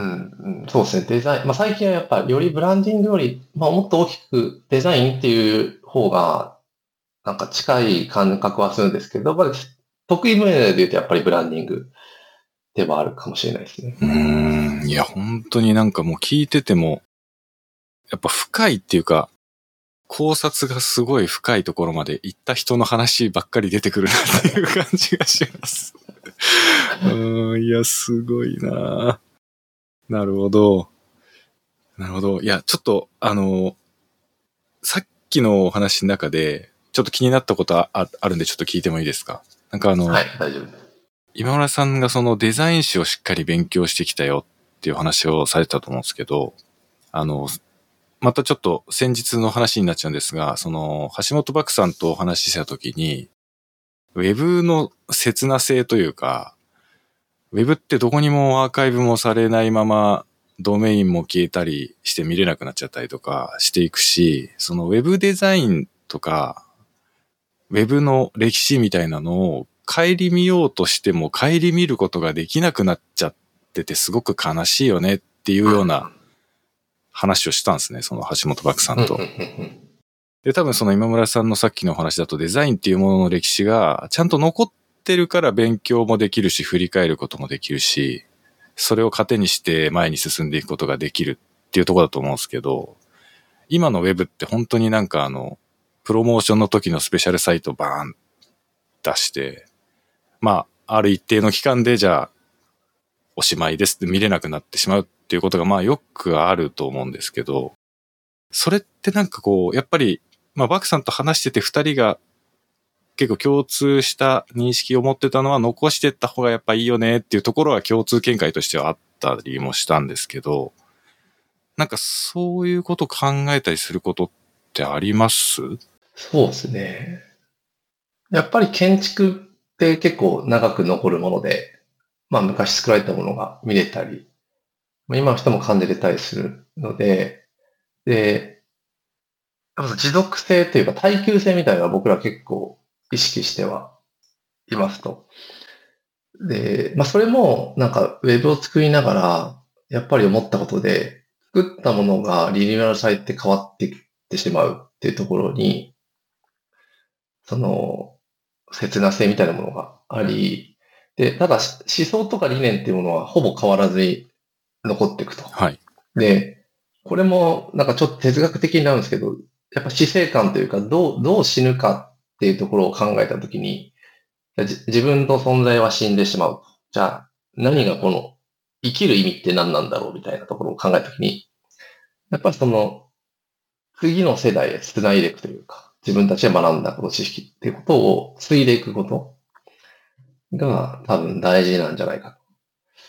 うんそうですね。デザイン。まあ最近はやっぱよりブランディングより、まあもっと大きくデザインっていう方が、なんか近い感覚はするんですけど、まあ、得意分野で言うとやっぱりブランディングではあるかもしれないですね。 うーん。いや、本当になんかもう聞いてても、やっぱ深いっていうか、考察がすごい深いところまで行った人の話ばっかり出てくるなっていう感じがします。うーん、いや、すごいな。なるほど。なるほど。いや、ちょっと、あの、さっきのお話の中で、ちょっと気になったことああるんで、ちょっと聞いてもいいですか？なんかあの、 はい、大丈夫です。 今村さんがそのデザイン誌をしっかり勉強してきたよっていう話をされてたと思うんですけど、あの、またちょっと先日の話になっちゃうんですが、その、橋本漠さんとお話ししたときに、ウェブの切な性というか、ウェブってどこにもアーカイブもされないまま、ドメインも消えたりして見れなくなっちゃったりとかしていくし、そのウェブデザインとか、ウェブの歴史みたいなのを顧みようとしても顧みることができなくなっちゃっててすごく悲しいよねっていうような話をしたんですね、その橋本漠さんと。で、多分その今村さんのさっきのお話だとデザインっていうものの歴史がちゃんと残ってるから勉強もできるし、振り返ることもできるし、それを糧にして前に進んでいくことができるっていうところだと思うんですけど、今のウェブって本当になんかあの、プロモーションの時のスペシャルサイトバーン出して、まあ、ある一定の期間でじゃあ、おしまいですって見れなくなってしまうっていうことがまあよくあると思うんですけど、それってなんかこう、やっぱり、まあ、バクさんと話してて二人が結構共通した認識を持ってたのは残してった方がやっぱいいよねっていうところは共通見解としてはあったりもしたんですけど、なんかそういうこと考えたりすることってあります？ そうですね。やっぱり建築って結構長く残るもので、まあ昔作られたものが見れたり、今の人も感じれたりするので、で、持続性というか耐久性みたいなのは僕ら結構意識してはいますと。で、まあそれもなんかウェブを作りながら、やっぱり思ったことで、作ったものがリニューアルされて変わってきてしまうっていうところに、その、切な性みたいなものがあり、で、ただ思想とか理念っていうものはほぼ変わらずに残っていくと。 はい。 で、これもなんかちょっと哲学的になるんですけど、やっぱ死生観というか、どう、どう死ぬかっていうところを考えたときに、じ自分の存在は死んでしまう。じゃあ、何がこの生きる意味って何なんだろうみたいなところを考えたときに、やっぱりその次の世代へ繋いでいくというか、自分たちが学んだこの知識っていうことを継いでいくことが多分大事なんじゃないか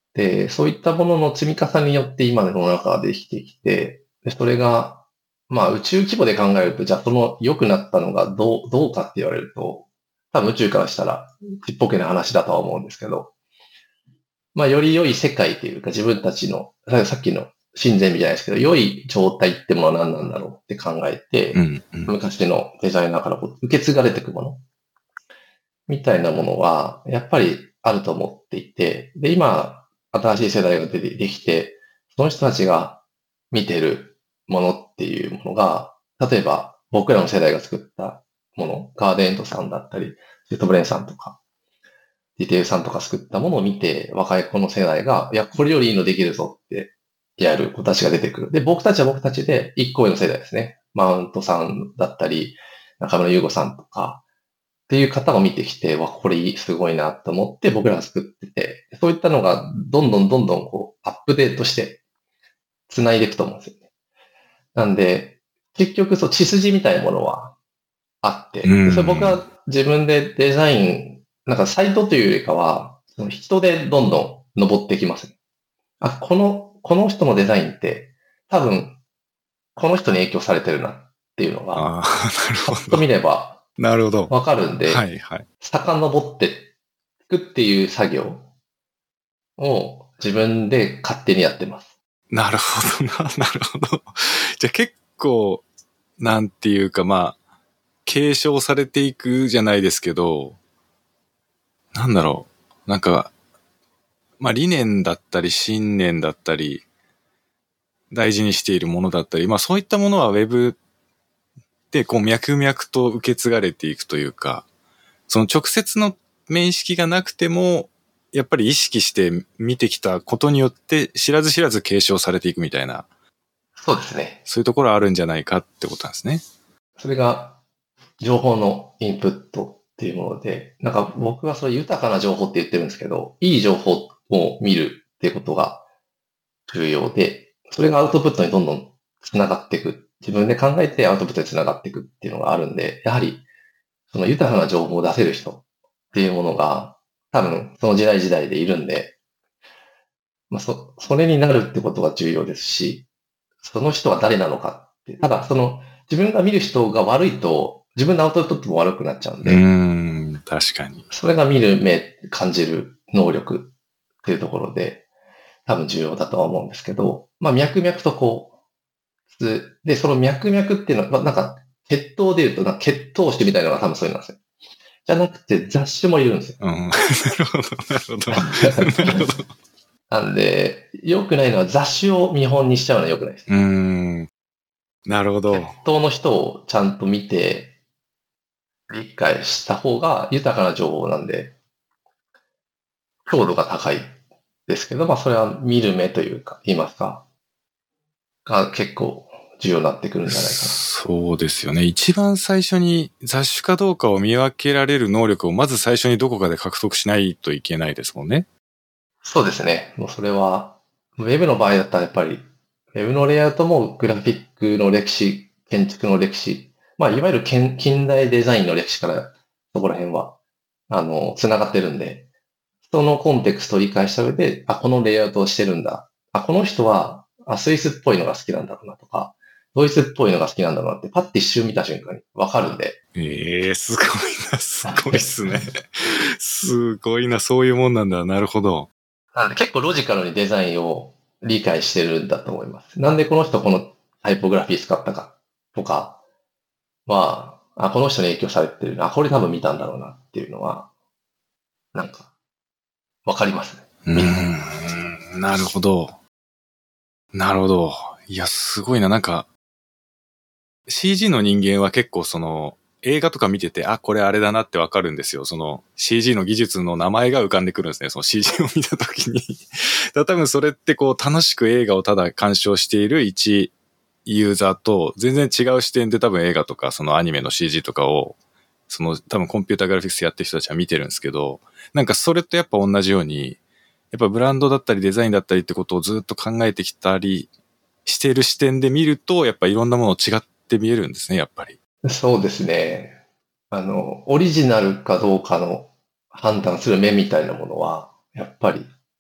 で、そういったものの積み重ねによって今の世の中ができてきて、でそれが、まあ宇宙規模で考えると、じゃあその良くなったのがどう、どうかって言われると、多分宇宙からしたらちっぽけな話だとは思うんですけど、まあより良い世界というか自分たちの、さっきの親善美じゃないですけど、良い状態ってものは何なんだろうって考えて、 うんうん、 昔のデザイナーからこう受け継がれていくものみたいなものは、やっぱりあると思っていて、で、今、新しい世代が出てできて、その人たちが見てるものっていうものが、例えば僕らの世代が作ったもの、ガーデンエンドさんだったり、シュートブレンさんとか、ディテールさんとか作ったものを見て、若い子の世代が、いや、これよりいいのできるぞってやる子たちが出てくる。で、僕たちは僕たちで一個上の世代ですね。マウントさんだったり、中村優吾さんとか、っていう方を見てきて、わ、これすごいなと思って僕らが作ってて、そういったのがどんどんどんどんこうアップデートして繋いでいくと思うんですよね。なんで、結局そう血筋みたいなものはあって、 うんそれ僕は自分でデザイン、なんかサイトというよりかは、その人でどんどん登ってきますね。あ、この、この人のデザインって多分この人に影響されてるなっていうのが、 ああ、なるほど。 パッと見ればなるほど。 わかるんで、 はいはい。 遡っていくっていう作業を自分で勝手にやってます。 なるほどな、なるほど。じゃあ結構、なんていうかまあ、継承されていくじゃないですけど、なんだろう。なんか、まあ理念だったり信念だったり、大事にしているものだったり、まあそういったものはウェブでこう脈々と受け継がれていくというか、その直接の面識がなくても、やっぱり意識して見てきたことによって知らず知らず継承されていくみたいな。 そうですね。 そういうところあるんじゃないかってことなんですね。 それが情報のインプットっていうもので、なんか僕はそれ豊かな情報って言ってるんですけど、いい情報を見るっていうことが重要で、それがアウトプットにどんどん繋がっていく。自分で考えてアウトプットに繋がっていくっていうのがあるんで、やはりその豊かな情報を出せる人っていうものが多分その時代時代でいるんで、まあ、そ、それになるってことが重要ですし、その人は誰なのかって。ただ、その、自分が見る人が悪いと、自分のアウトプットも悪くなっちゃうんで、 うーん、確かに。 それが見る目、感じる能力っていうところで、多分重要だとは思うんですけど、まあ、脈々とこう、で、その脈々っていうのは、まあ、なんか、血統で言うと、なんか血統種みたいなのが多分そういうのなんですよ。じゃなくて雑種もいるんですよ。 うん、なるほど、なるほど。なるほど。 なんで、良くないのは雑種を見本にしちゃうのは良くないです。 うーん、なるほど。 血統の人をちゃんと見て、理解した方が豊かな情報なんで、強度が高いですけど、まあそれは見る目というか、言いますか、が結構重要になってくるんじゃないかな。 そうですよね。一番最初に雑種かどうかを見分けられる能力をまず最初にどこかで獲得しないといけないですもんね。 そうですね。もうそれは、ウェブの場合だったらやっぱり、ウェブのレイアウトもグラフィックの歴史、建築の歴史、まあいわゆる近近代デザインの歴史からそこら辺は、あの、繋がってるんで、そのコンテクストを理解した上で、あ、このレイアウトをしてるんだ。あ、この人は、あ、スイスっぽいのが好きなんだろうなとか、ドイツっぽいのが好きなんだろうなって、パッて一瞬見た瞬間にわかるんで。 ええー、すごいな、すごいっすね。すごいな、そういうもんなんだ。なるほど。 なので結構ロジカルにデザインを理解してるんだと思います。なんでこの人このタイポグラフィー使ったかとかは、あ、この人に影響されてるな。これ多分見たんだろうなっていうのは、なんか、わかりますね。 うーん、なるほど。なるほど。いや、すごいな。なんか、シージー の人間は結構その、映画とか見てて、あ、これあれだなってわかるんですよ。その シージー の技術の名前が浮かんでくるんですね。その シージー を見たときに。だ多分それってこう楽しく映画をただ鑑賞している一ユーザーと全然違う視点で多分映画とかそのアニメの シージー とかをその多分コンピュータグラフィックスやってる人たちは見てるんですけど、なんかそれとやっぱ同じように、やっぱブランドだったりデザインだったりってことをずっと考えてきたりしている視点で見ると、やっぱいろんなもの違って見えるんですね、やっぱり。 そうですね。あの、オリジナルかどうかの判断する目みたいなものは、やっぱり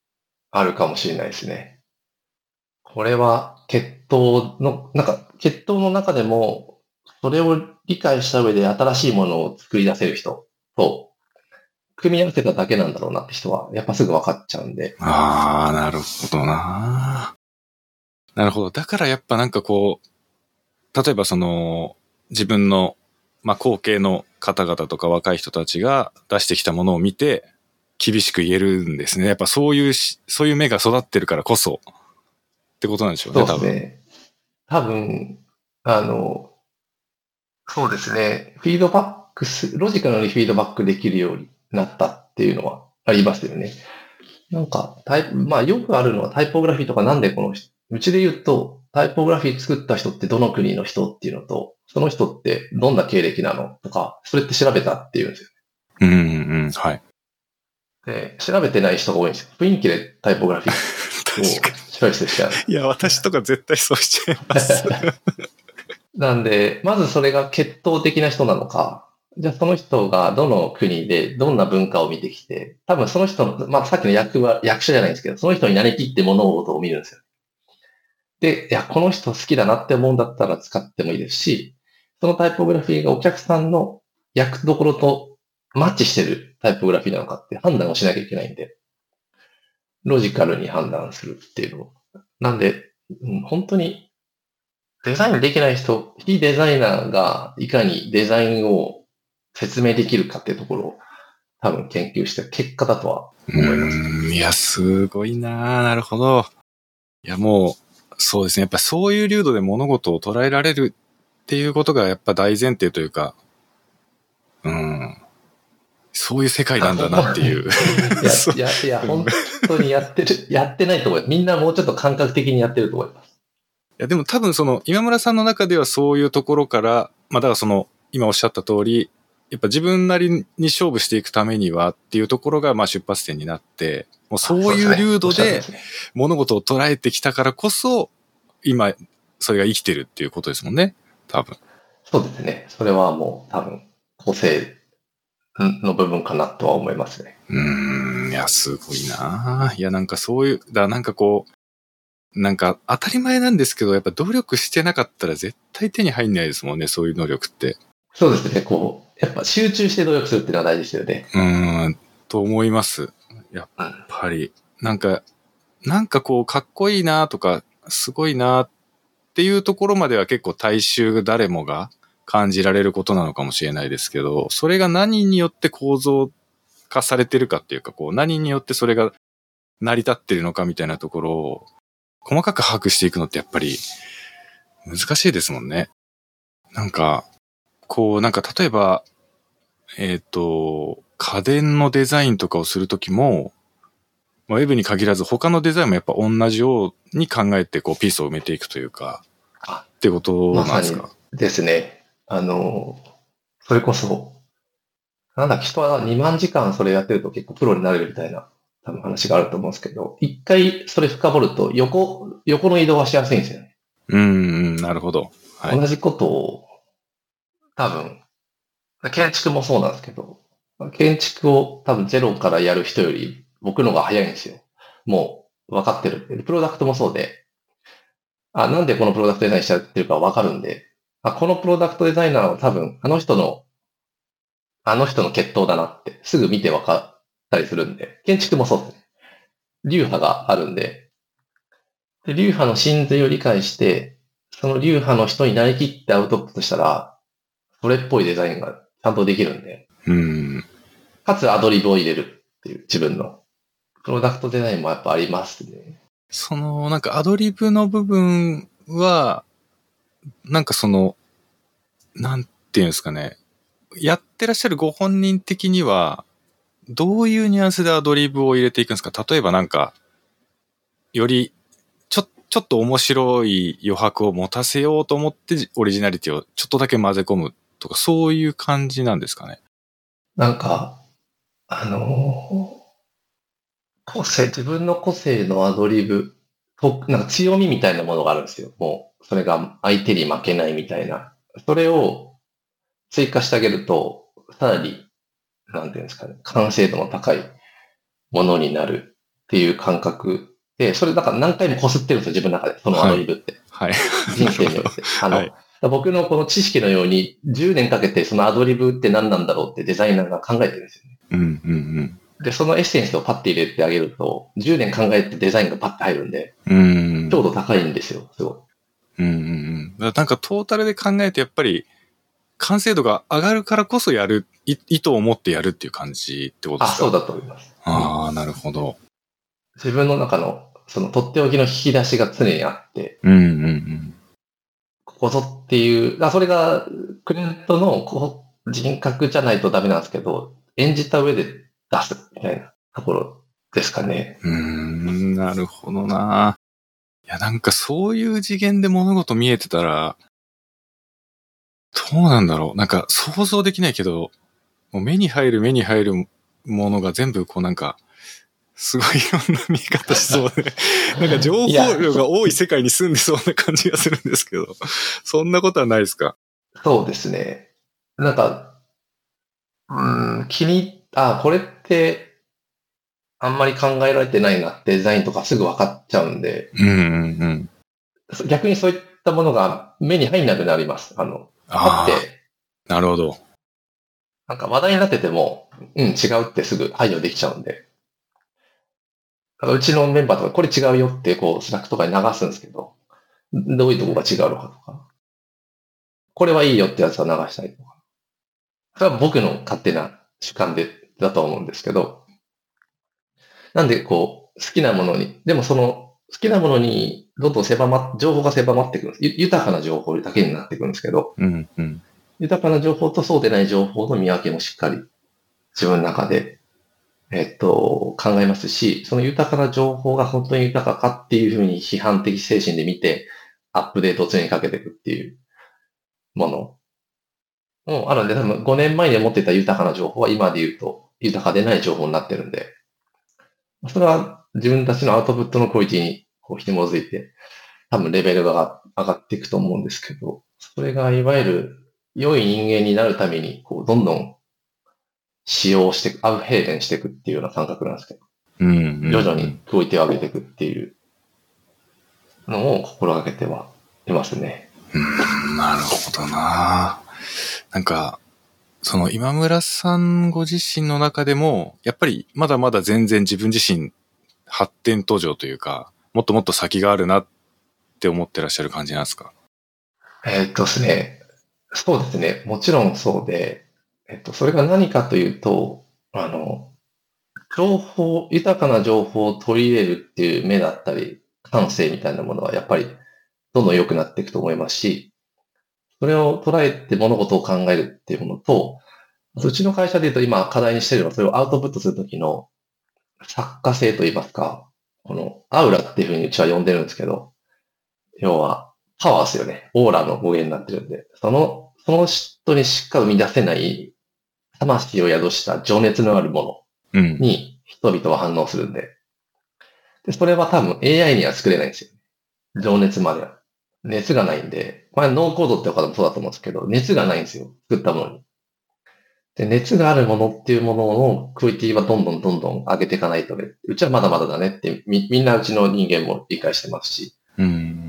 あるかもしれないですね。これは血統の、なんか血統の中でも、それを理解した上で新しいものを作り出せる人と、組み合わせただけなんだろうなって人は、やっぱすぐ分かっちゃうんで。 ああ、なるほどな。なるほど。だからやっぱなんかこう、例えばその、自分の、まあ、後継の方々とか若い人たちが出してきたものを見て、厳しく言えるんですね。やっぱそういうし、そういう目が育ってるからこそ、ってことなんでしょうね、 そう多分。 ですね。多分、あの、そうですね。フィードバックす、ロジカルにフィードバックできるようになったっていうのはありますよね。なんか、タイプ、まあよくあるのはタイポグラフィーとかなんでこの人、うちで言うと、タイポグラフィー作った人ってどの国の人っていうのと、その人ってどんな経歴なのとか、それって調べたっていうんですよ。 うんうん、はい。 で、調べてない人が多いんですよ。雰囲気でタイポグラフィーを確かチョイスしちゃう。 に。いや、私とか絶対そうしちゃいます。 なんで、まずそれが血統的な人なのか、じゃあその人がどの国でどんな文化を見てきて、多分その人の、まあさっきの役は、役者じゃないんですけど、その人になりきって物事を見るんですよ。で、いや、この人好きだなって思うんだったら使ってもいいですし、そのタイポグラフィーがお客さんの役どころとマッチしてるタイポグラフィーなのかって判断をしなきゃいけないんで、ロジカルに判断するっていうの。なんで、うん、本当にデザインできない人、非デザイナーがいかにデザインを説明できるかっていうところを多分研究した結果だとは思います。 うん、いや、すごいな。なるほど。いや、もう、そうですね。やっぱそういう流度で物事を捉えられるっていうことがやっぱ大前提というか、うん。そういう世界なんだなっていう。 いや、いや、いや、本当にやってる、やってないと思います。みんなもうちょっと感覚的にやってると思います。 いや、でも多分その、今村さんの中ではそういうところから、まあだからその、今おっしゃった通り、やっぱ自分なりに勝負していくためにはっていうところがまあ出発点になって、もうそういう流度で物事を捉えてきたからこそ、今、それが生きてるっていうことですもんね。多分。 そうですね。それはもう多分、個性の部分かなとは思いますね。 うーん、いや、すごいないや、なんかそういう、だなんかこう、なんか当たり前なんですけど、やっぱ努力してなかったら絶対手に入んないですもんね、そういう能力って。 そうですね。こう、やっぱ集中して努力するっていうのは大事ですよね。 うーん、と思います。やっぱり。なんか、なんかこう、かっこいいなとか、すごいなっていうところまでは結構大衆誰もが感じられることなのかもしれないですけど、それが何によって構造化されてるかっていうか、こう、何によってそれが成り立ってるのかみたいなところを細かく把握していくのってやっぱり難しいですもんね。なんか、こう、なんか例えば、えっと、家電のデザインとかをするときも、ウェブに限らず他のデザインもやっぱ同じように考えてこうピースを埋めていくというか、ってことなんですか？ まさにですね。あの、それこそ、なんだ、人はにまんじかんそれやってると結構プロになれるみたいな多分話があると思うんですけど、一回それ深掘ると横、横の移動はしやすいんですよね。 うーん、なるほど。はい。 同じことを多分、建築もそうなんですけど、建築を多分ゼロからやる人より僕の方が早いんですよ。もう分かってる。プロダクトもそうで、あ、なんでこのプロダクトデザインしちゃってるか分かるんで、あ、このプロダクトデザイナーは多分あの人の、あの人の血統だなってすぐ見て分かったりするんで、建築もそうですね。流派があるんで、で流派の真髄を理解して、その流派の人になりきってアウトプットしたら、それっぽいデザインがちゃんとできるんで、 うーん。 かつアドリブを入れるっていう自分のプロダクトデザインもやっぱありますね。 その、なんかアドリブの部分は、なんかその、なんていうんですかね。やってらっしゃるご本人的には、どういうニュアンスでアドリブを入れていくんですか？例えばなんか、より、ちょ、ちょっと面白い余白を持たせようと思ってオリジナリティをちょっとだけ混ぜ込むとか、そういう感じなんですかね。 なんか、あのー個性、自分の個性のアドリブ、となんか強みみたいなものがあるんですよ。もう、それが相手に負けないみたいな。それを追加してあげると、さらに、なんていうんですかね、完成度の高いものになるっていう感覚で、それだから何回も擦ってるんですよ、自分の中で、そのアドリブって。 はい。 人生によって。あの、 はい、 僕のこの知識のようにじゅうねんかけてそのアドリブって何なんだろうってデザイナーが考えてるんですよね。 うんうんうん。 で、そのエッセンスをパッて入れてあげると、じゅうねん考えてデザインがパッて入るんで、 うん。 強度高いんですよ、すごい。うんうんうん。だからなんかトータルで考えてやっぱり完成度が上がるからこそやる、い意図を持ってやるっていう感じってことですか？ あ、そうだと思います。 ああ、なるほど。 自分の中のそのとっておきの引き出しが常にあって、 うんうんうん。 ここぞっていう、あそれがクレントのこう人格じゃないとダメなんですけど、演じた上で出すみたいなところですかね。 うーん、なるほどな。いや、なんかそういう次元で物事見えてたら、どうなんだろう。なんか想像できないけど、もう目に入る目に入るものが全部こうなんか、すごいいろんな見え方しそうで、なんか情報量が多い世界に住んでそうな感じがするんですけど、そんなことはないですか？ そうですね。なんか、うーん、気に、あ、これってあんまり考えられてないなってデザインとかすぐ分かっちゃうんで、 うんうんうん。 逆にそういったものが目に入んなくなります。あの、あって、 なるほど。 なんか話題になってても、うん、違うってすぐ排除できちゃうんで。だからうちのメンバーとか、これ違うよってこう、スラックとかに流すんですけど、どういうとこが違うのかとか、これはいいよってやつは流したりとか。それは僕の勝手な主観で、だと思うんですけど、なんでこう、好きなものに、でもその、好きなものにどんどん狭ま、情報が狭まっていくんです。豊かな情報だけになっていくんですけど、 うんうん。 豊かな情報とそうでない情報の見分けもしっかり自分の中で、えっと、考えますし、その豊かな情報が本当に豊かかっていうふうに批判的精神で見て、アップデートを常にかけていくっていうものもあるんで、多分ごねんまえに持っていた豊かな情報は今で言うと豊かでない情報になってるんで、それは自分たちのアウトプットのクオリティにこう紐づいて、多分レベルが上がっていくと思うんですけど、それがいわゆる良い人間になるために、こう、どんどん使用して、アウフヘーレンしていくっていうような感覚なんですけど、 うんうんうん、 徐々にクオリティを上げていくっていうのを心がけてはいますね。 うん、なるほどな。なんか、その今村さんご自身の中でも、やっぱりまだまだ全然自分自身発展途上というか、もっともっと先があるなって思ってらっしゃる感じなんですか？ えーっとですね、そうですね、もちろんそうで、えっと、それが何かというと、あの、情報、豊かな情報を取り入れるっていう目だったり、感性みたいなものはやっぱりどんどん良くなっていくと思いますし、それを捉えて物事を考えるっていうものと、うちの会社で言うと今課題にしているのはそれをアウトプットするときの作家性といいますか、このアウラっていうふうにうちは呼んでるんですけど、要はパワーですよね。オーラの語源になってるんで、その、その人にしか生み出せない魂を宿した情熱のあるものに人々は反応するんで、で、それは多分 エーアイ には作れないんですよ。情熱までは。熱がないんで、これはノーコードって方もそうだと思うんですけど、熱がないんですよ。作ったものに。で、熱があるものっていうもののクオリティはどんどんどんどん上げていかないとね。うちはまだまだだねってみ、みんなうちの人間も理解してますし。 うん。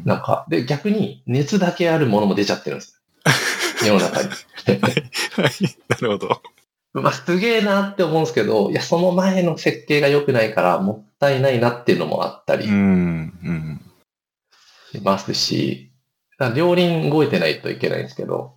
なんか、で、逆に熱だけあるものも出ちゃってるんですよ。世の中に。 はい、はい、なるほど。 まあ、すげえなって思うんですけど、いや、その前の設計が良くないからもったいないなっていうのもあったりうん、うん。 しますし、だから両輪動いてないといけないんですけど、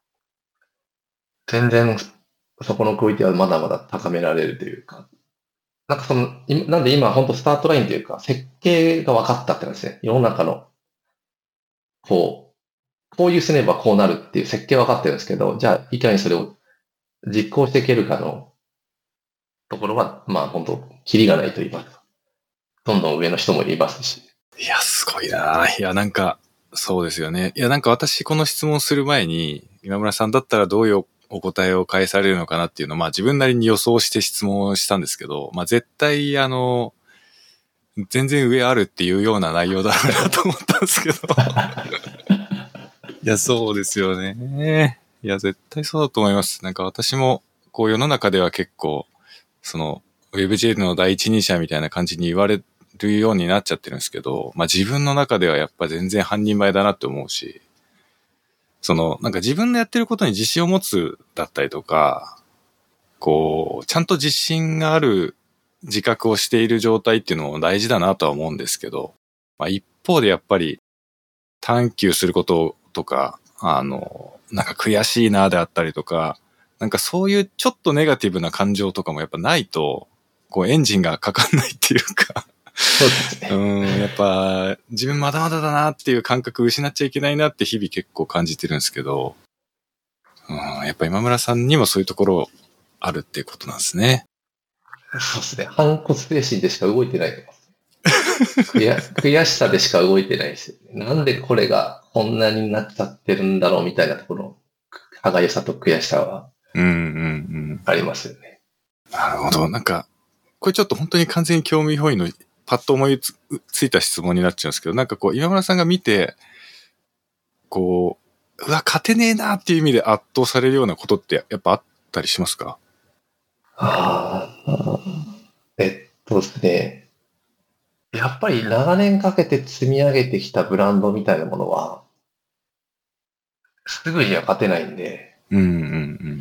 全然そこのクオリティはまだまだ高められるというか、なんかその、いなんで今本当スタートラインというか、設計が分かったって感じですね。世の中の、こう、こういうすればこうなるっていう設計分かってるんですけど、じゃあいかにそれを実行していけるかのところは、まあ本当、キリがないと言いますか。どんどん上の人もいますし。 いや、すごいな。いや、なんか、そうですよね。いや、なんか私この質問する前に、今村さんだったらどういうお答えを返されるのかなっていうのを、まあ自分なりに予想して質問をしたんですけど、まあ絶対、あの、全然上あるっていうような内容だろうなと思ったんですけど。いや、そうですよね。いや、絶対そうだと思います。なんか私も、こう世の中では結構、その、 ウェブジェイの第一人者みたいな感じに言われるようになっちゃってるんですけど、まあ自分の中ではやっぱ全然半人前だなって思うし、その、なんか自分のやってることに自信を持つだったりとか、こう、ちゃんと自信がある自覚をしている状態っていうのも大事だなとは思うんですけど、まあ一方でやっぱり探求することとか、あの、なんか悔しいなであったりとか、なんかそういうちょっとネガティブな感情とかもやっぱないと、こうエンジンがかかんないっていうか、 そうですね。 うん、やっぱ自分まだまだだなっていう感覚失っちゃいけないなって日々結構感じてるんですけど、うん、やっぱ今村さんにもそういうところあるっていうことなんですね。 そうですね。反骨精神でしか動いてないと思います。悔悔しさでしか動いてないですよね。なんでこれがこんなになっちゃってるんだろうみたいなところ、歯がゆさと悔しさはうんうんうん。 ありますよね。 なるほど。なんか、これちょっと本当に完全に興味本位のパッと思いつ、ついた質問になっちゃうんですけど、なんかこう、今村さんが見て、こう、うわ、勝てねえなっていう意味で圧倒されるようなことってやっぱあったりしますか？ ああ、えっとですね。やっぱり長年かけて積み上げてきたブランドみたいなものは、すぐには勝てないんで、 うんうんうん。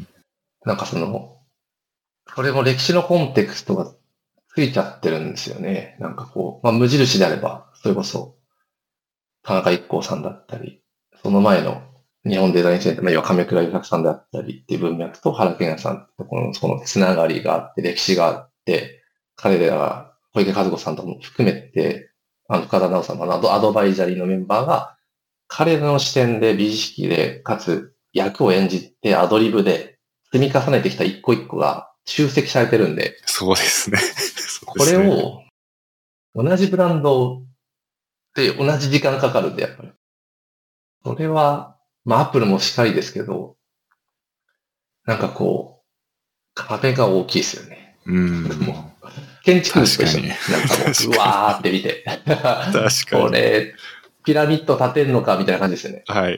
なんかその、それも歴史のコンテクストがついちゃってるんですよね。なんかこう、まあ無印であれば、それこそ、田中一行さんだったり、その前の日本デザインセンター、まあ、要は亀倉優作さんだったりっていう文脈と原健也さんとこの、そのつながりがあって、歴史があって、彼らが小池和子さんとも含めて、あの、深田直さんのアドアドバイザリーのメンバーが、彼らの視点で美意識で、かつ役を演じてアドリブで積み重ねてきた一個一個が集積されてるんで、 そうですね。 これを同じブランドで同じ時間かかるんで、やっぱり。それは、まあ、アップルもしっかりですけど、なんかこう、壁が大きいですよね。 うん。 もう建築物と一緒に。 確なんかもう、うわーって見て。 確かに。 これ、ピラミッド建てんのかみたいな感じですよね。 はい。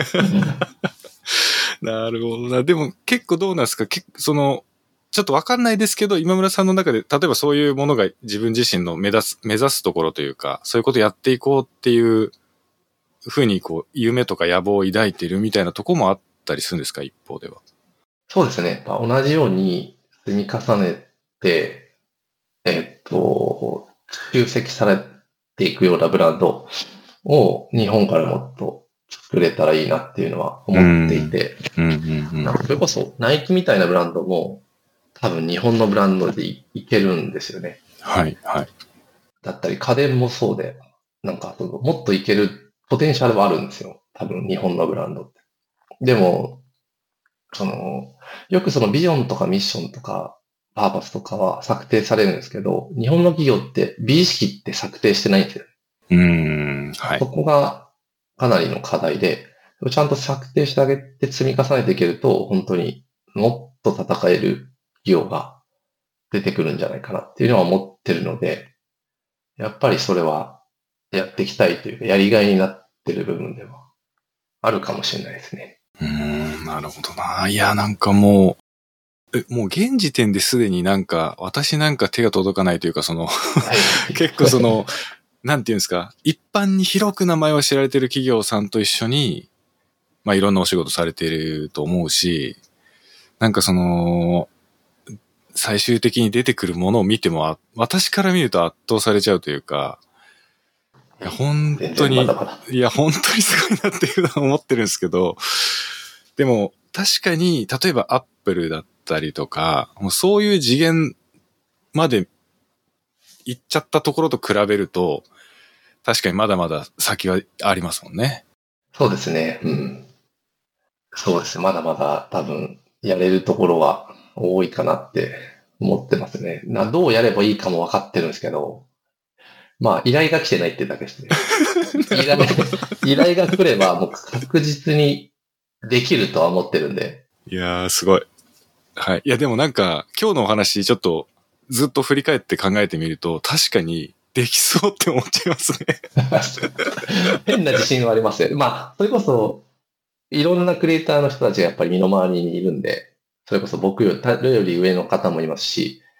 なるほどな。でも結構どうなんですか？結構その、ちょっとわかんないですけど、今村さんの中で、例えばそういうものが自分自身の目指す、目指すところというか、そういうことやっていこうっていうふうに、こう、夢とか野望を抱いているみたいなところもあったりするんですか？一方では。 そうですね。まあ同じように積み重ねて、えっと、集積されていくようなブランドを日本からもっと作れたらいいなっていうのは思っていて、 うんうんうん、 それこそナイキみたいなブランドも多分日本のブランドで い, いけるんですよね。 はいはい。 だったり家電もそうで、なんかそのもっといけるポテンシャルはあるんですよ。多分日本のブランドって。でも、その、よくそのビジョンとかミッションとかパーパスとかは策定されるんですけど、日本の企業って美意識って策定してないんですよ。 うーん、はい。 そこがかなりの課題で、ちゃんと策定してあげて積み重ねていけると、本当にもっと戦える企業が出てくるんじゃないかなっていうのは思ってるので、やっぱりそれはやっていきたいというか、やりがいになってる部分ではあるかもしれないですね。 うーん、なるほどな。いや、なんかもう、え、もう現時点ですでになんか、私なんか手が届かないというか、その、はい、結構その、なんていうんですか、一般に広く名前を知られている企業さんと一緒に、まあいろんなお仕事されていると思うし、なんかその、最終的に出てくるものを見ても、私から見ると圧倒されちゃうというか、いや本当に、いや本当にすごいなっていうのは思ってるんですけど、でも確かに、例えばアップルだったりとか、もうそういう次元まで行っちゃったところと比べると、確かにまだまだ先はありますもんね。 そうですね。うん。そうですね。まだまだ多分やれるところは多いかなって思ってますね。な、どうやればいいかも分かってるんですけど、まあ依頼が来てないってだけですね。依頼、依頼が来ればもう確実にできるとは思ってるんで。 いやーすごい。はい。いやでもなんか今日のお話ちょっとずっと振り返って考えてみると確かにできそうって思っちゃいますね。 変な自信はありますよ。まあ、それこそ、いろんなクリエイターの人たちがやっぱり身の回りにいるんで、それこそ僕よりより上の方もいますし、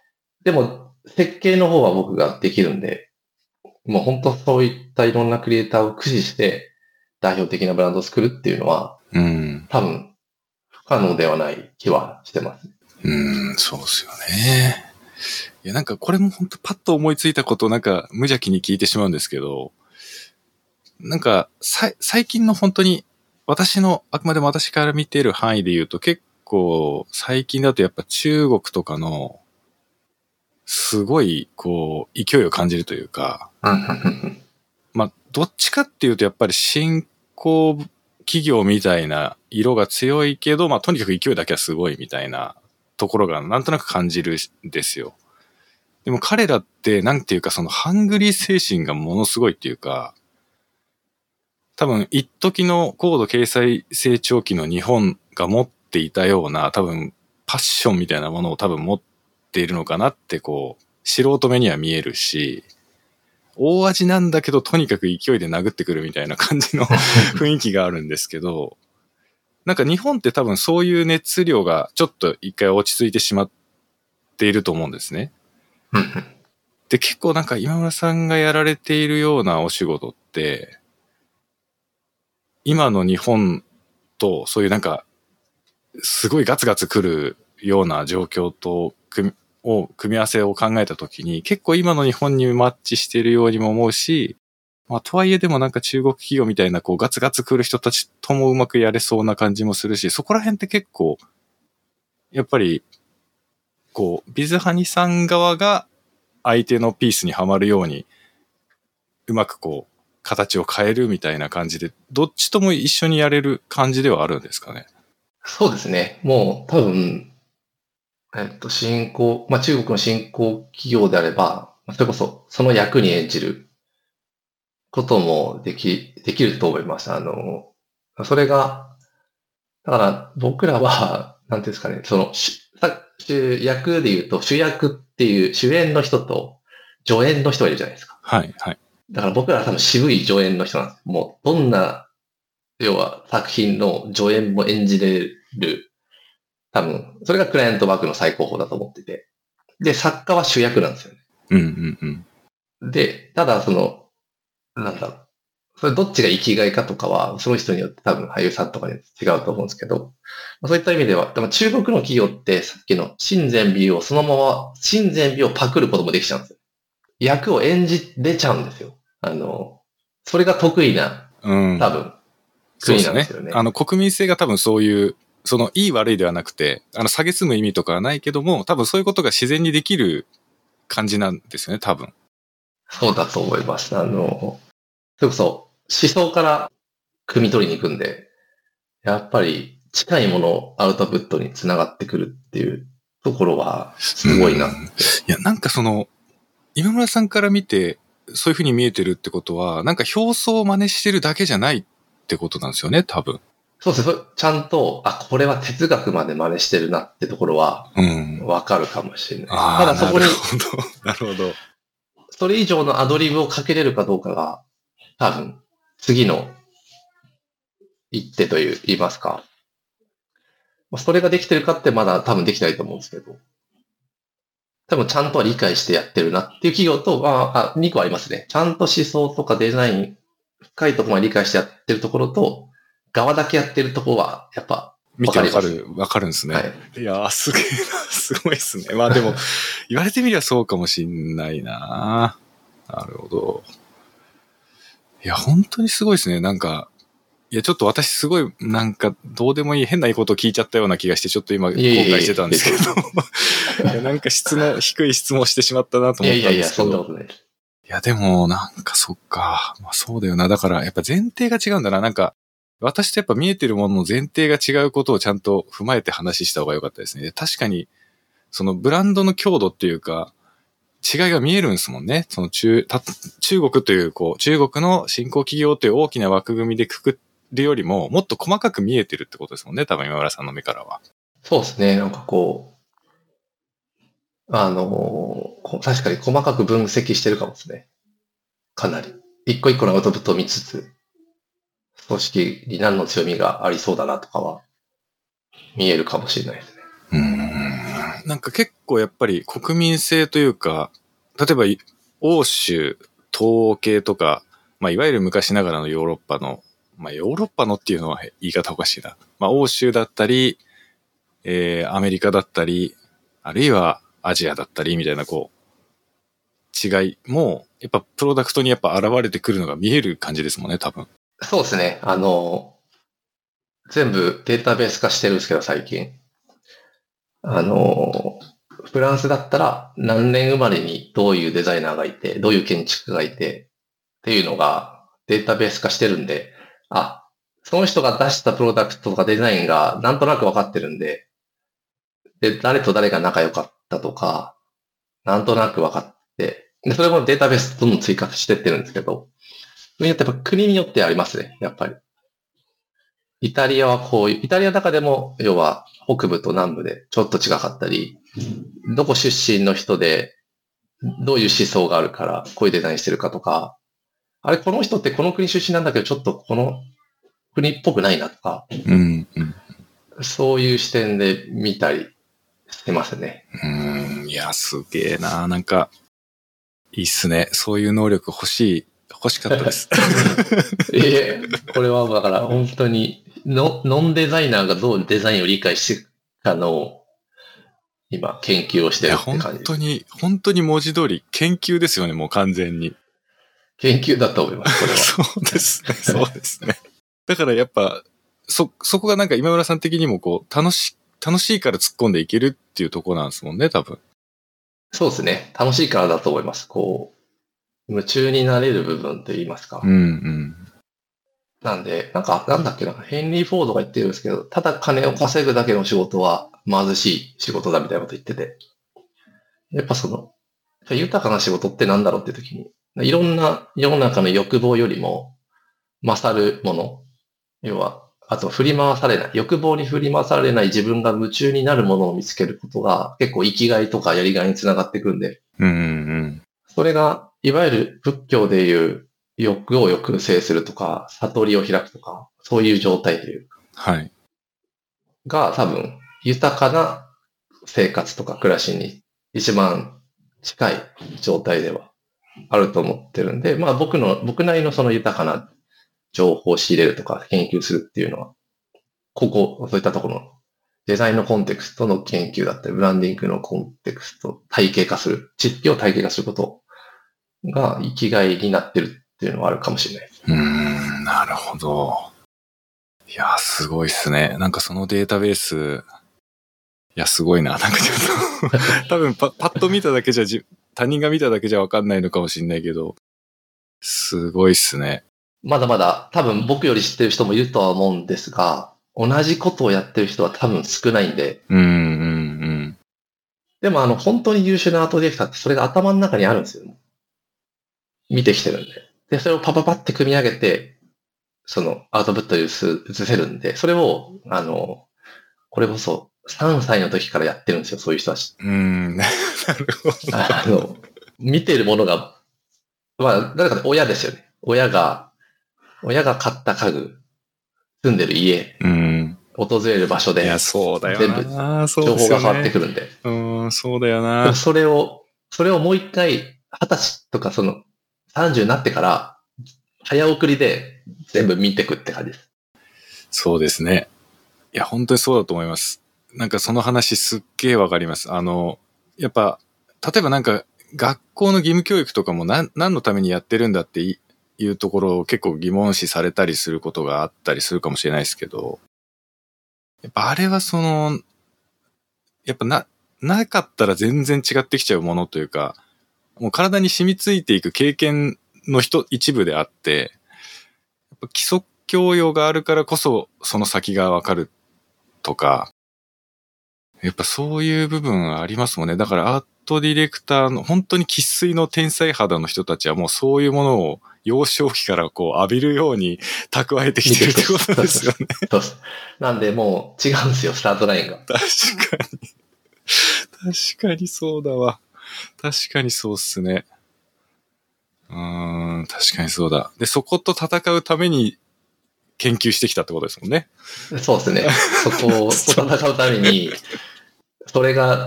でも、設計の方は僕ができるんで、もう本当そういったいろんなクリエイターを駆使して代表的なブランドを作るっていうのは、 うん。 多分不可能ではない気はしてます。 うん、そうですよね。いや、なんかこれも本当パッと思いついたことをなんか無邪気に聞いてしまうんですけど、なんかさ最近の本当に私の、あくまでも私から見ている範囲で言うと結構最近だとやっぱ中国とかのすごいこう勢いを感じるというか、まあどっちかっていうとやっぱり新興企業みたいな色が強いけど、まあとにかく勢いだけはすごいみたいなところがなんとなく感じるんですよ。でも彼らってなんていうかそのハングリー精神がものすごいっていうか、多分一時の高度経済成長期の日本が持っていたような多分パッションみたいなものを多分持っているのかなってこう素人目には見えるし、大味なんだけどとにかく勢いで殴ってくるみたいな感じの雰囲気があるんですけど、なんか日本って多分そういう熱量がちょっと一回落ち着いてしまっていると思うんですね。で、結構なんか今村さんがやられているようなお仕事って、今の日本とそういうなんか、すごいガツガツ来るような状況と組み、を組み合わせを考えたときに、結構今の日本にマッチしているようにも思うし、まあ、とはいえでもなんか中国企業みたいなこうガツガツ来る人たちともうまくやれそうな感じもするし、そこら辺って結構、やっぱり、こう、ビズハニさん側が相手のピースにはまるように、うまくこう、形を変えるみたいな感じで、どっちとも一緒にやれる感じではあるんですかね。 そうですね。もう多分、えっと、新興、まあ中国の新興企業であれば、それこそその役に演じることもでき、できると思います。あの、それが、だから僕らは、なんていうんですかね、その、主役で言うと主役っていう主演の人と助演の人がいるじゃないですか。 はい、はい。 だから僕らは多分渋い助演の人なんです。もうどんな、要は作品の助演も演じれる。多分、それがクライアントワークの最高峰だと思ってて。で、作家は主役なんですよね。 うんうんうん。で、ただその、なんだろう。それどっちが生きがいかとかは、その人によって多分俳優さんとかに違うと思うんですけど、そういった意味では、でも中国の企業ってさっきの親善美をそのまま、親善美をパクることもできちゃうんですよ。役を演じれちゃうんですよ。あの、それが得意な、 うん、 多分、国なんですよね。そうですね。 あの、国民性が多分そういう、その、いい悪いではなくて、あの、蔑む意味とかはないけども、多分そういうことが自然にできる感じなんですよね、多分。 そうだと思います。あの、それこそ、思想から汲み取りに行くんで、やっぱり近いものをアウトプットにつながってくるっていうところはすごいなって。いや、なんかその、今村さんから見て、そういう風に見えてるってことは、なんか表層を真似してるだけじゃないってことなんですよね、多分。 そうですね。ちゃんと、あ、これは哲学まで真似してるなってところは、わかるかもしれない。うん、ただそこに、 なるほど。 それ以上のアドリブをかけれるかどうかが、多分、次の一手という、言いますか。それができてるかってまだ多分できないと思うんですけど。多分ちゃんとは理解してやってるなっていう企業と、あ、あにこありますね。ちゃんと思想とかデザイン、深いところまで理解してやってるところと、側だけやってるところは、やっぱ、 見てわかる、わかるんですね。はい、いやー、すげえな、すごいですね。まあでも、言われてみりゃそうかもしんないな。なるほど。いや、本当にすごいですね。なんか、いや、ちょっと私すごい、なんか、どうでもいい変ないいことを聞いちゃったような気がして、ちょっと今、後悔してたんですけど。いや、なんか質の低い質問してしまったなと思ったんですけど。いやいやいや、そんなことない。いや、でも、なんかそっか。まあそうだよな。だから、やっぱ前提が違うんだな。なんか、私とやっぱ見えてるものの前提が違うことをちゃんと踏まえて話した方が良かったですね。確かに、そのブランドの強度っていうか、違いが見えるんですもんね。その中、た中国という、こう、中国の新興企業という大きな枠組みでくくるよりも、もっと細かく見えてるってことですもんね。多分今村さんの目からは。 そうですね。なんかこう、あの、確かに細かく分析してるかもですね。かなり。一個一個のアウトプットを見つつ、組織に何の強みがありそうだなとかは見えるかもしれないですね。 うーん。 なんか結構やっぱり国民性というか、例えば欧州、東欧系とか、まあいわゆる昔ながらのヨーロッパの、まあヨーロッパのっていうのは言い方おかしいな。まあ欧州だったり、えー、アメリカだったり、あるいはアジアだったりみたいなこう、違いも、やっぱプロダクトにやっぱ現れてくるのが見える感じですもんね、多分。 そうですね。あの、全部データベース化してるんですけど、最近。あの、フランスだったら何年生まれにどういうデザイナーがいて、どういう建築家がいて、っていうのがデータベース化してるんで、あ、その人が出したプロダクトとかデザインがなんとなく分かってるんで、で、誰と誰が仲良かったとか、なんとなく分かって、で、それもデータベースどんどん追加してってるんですけど、それによってやっぱ国によってありますね、やっぱり。イタリアはこういう、イタリアの中でも、要は北部と南部でちょっと違かったり、どこ出身の人で、どういう思想があるから、こういうデザインしてるかとか、あれ、この人ってこの国出身なんだけど、ちょっとこの国っぽくないなとか、 うんうん、 そういう視点で見たりしてますね。 うーん、いや、すげえな。なんか、いいっすね。そういう能力欲しい、欲しかったです。 いえ、これはだから本当にノ、ノンデザイナーがどうデザインを理解していくかの、今、研究をしてるって感じ。 本当に、本当に文字通り研究ですよね、もう完全に。 研究だと思います、これは。 そうですね、そうですね。だからやっぱ、そ、そこがなんか今村さん的にもこう、楽し、楽しいから突っ込んでいけるっていうところなんですもんね、多分。 そうですね。楽しいからだと思います。こう、夢中になれる部分と言いますか。 うんうん。 なんで、なんか、なんだっけな、ヘンリー・フォードが言ってるんですけど、ただ金を稼ぐだけの仕事は貧しい仕事だみたいなこと言ってて。やっぱその、豊かな仕事ってなんだろうって時に、いろんな世の中の欲望よりも勝るもの。要は、あと振り回されない。欲望に振り回されない自分が夢中になるものを見つけることが結構生きがいとかやりがいにつながっていくんで。 うんうん。 それが、いわゆる仏教でいう欲を抑制するとか、悟りを開くとか、そういう状態というか。 はい。 が多分、豊かな生活とか暮らしに一番近い状態ではあると思ってるんで、まあ僕の、僕なりのその豊かな情報を仕入れるとか研究するっていうのは、ここ、そういったところのデザインのコンテクストの研究だったり、ブランディングのコンテクスト、体系化する、知識を体系化することが生きがいになってるっていうのはあるかもしれない。 うーん、なるほど。いや、すごいっすね。なんかそのデータベース、いや、すごいな。なんかちょっと、多分パ、パッと見ただけじゃじ、他人が見ただけじゃわかんないのかもしれないけど、すごいっすね。 まだまだ多分僕より知ってる人もいるとは思うんですが、同じことをやってる人は多分少ないんで。 うんうんうん。 でもあの本当に優秀なアートディレクターってそれが頭の中にあるんですよ。見てきてるんで。で、それをパパパって組み上げて、そのアウトプットに移せるんで、それを、あの、これこそさんさいの時からやってるんですよ、そういう人たち。 うん、なるほど。 あの、見てるものが、まあ、誰か親ですよね。親が、親が買った家具、住んでる家、 うん、 訪れる場所で、 いや、そうだよな。 全部情報が変わってくるんで。 ううん、そうだよな。 それを、それをもう一回、二十歳とかその、さんじゅうになってから、早送りで全部見てくって感じです。 そうですね。いや、本当にそうだと思います。なんかその話すっげえわかります。あの、やっぱ、例えばなんか、学校の義務教育とかも何、何のためにやってるんだっていうところを結構疑問視されたりすることがあったりするかもしれないですけど、やっぱあれはその、やっぱな、なかったら全然違ってきちゃうものというか、もう体に染みついていく経験の人、一部であって、やっぱ基礎教養があるからこそその先がわかるとか、やっぱそういう部分ありますもんね。だからアートディレクターの本当に生粋の天才肌の人たちはもうそういうものを幼少期からこう浴びるように蓄えてきてるってことですよね。 そうです。なんでもう違うんですよ、スタートラインが。 確かに。確かにそうだわ。確かにそうっすね。うーん、確かにそうだ。で、そこと戦うために研究してきたってことですもんね。 そうですね。そこを戦うために、それが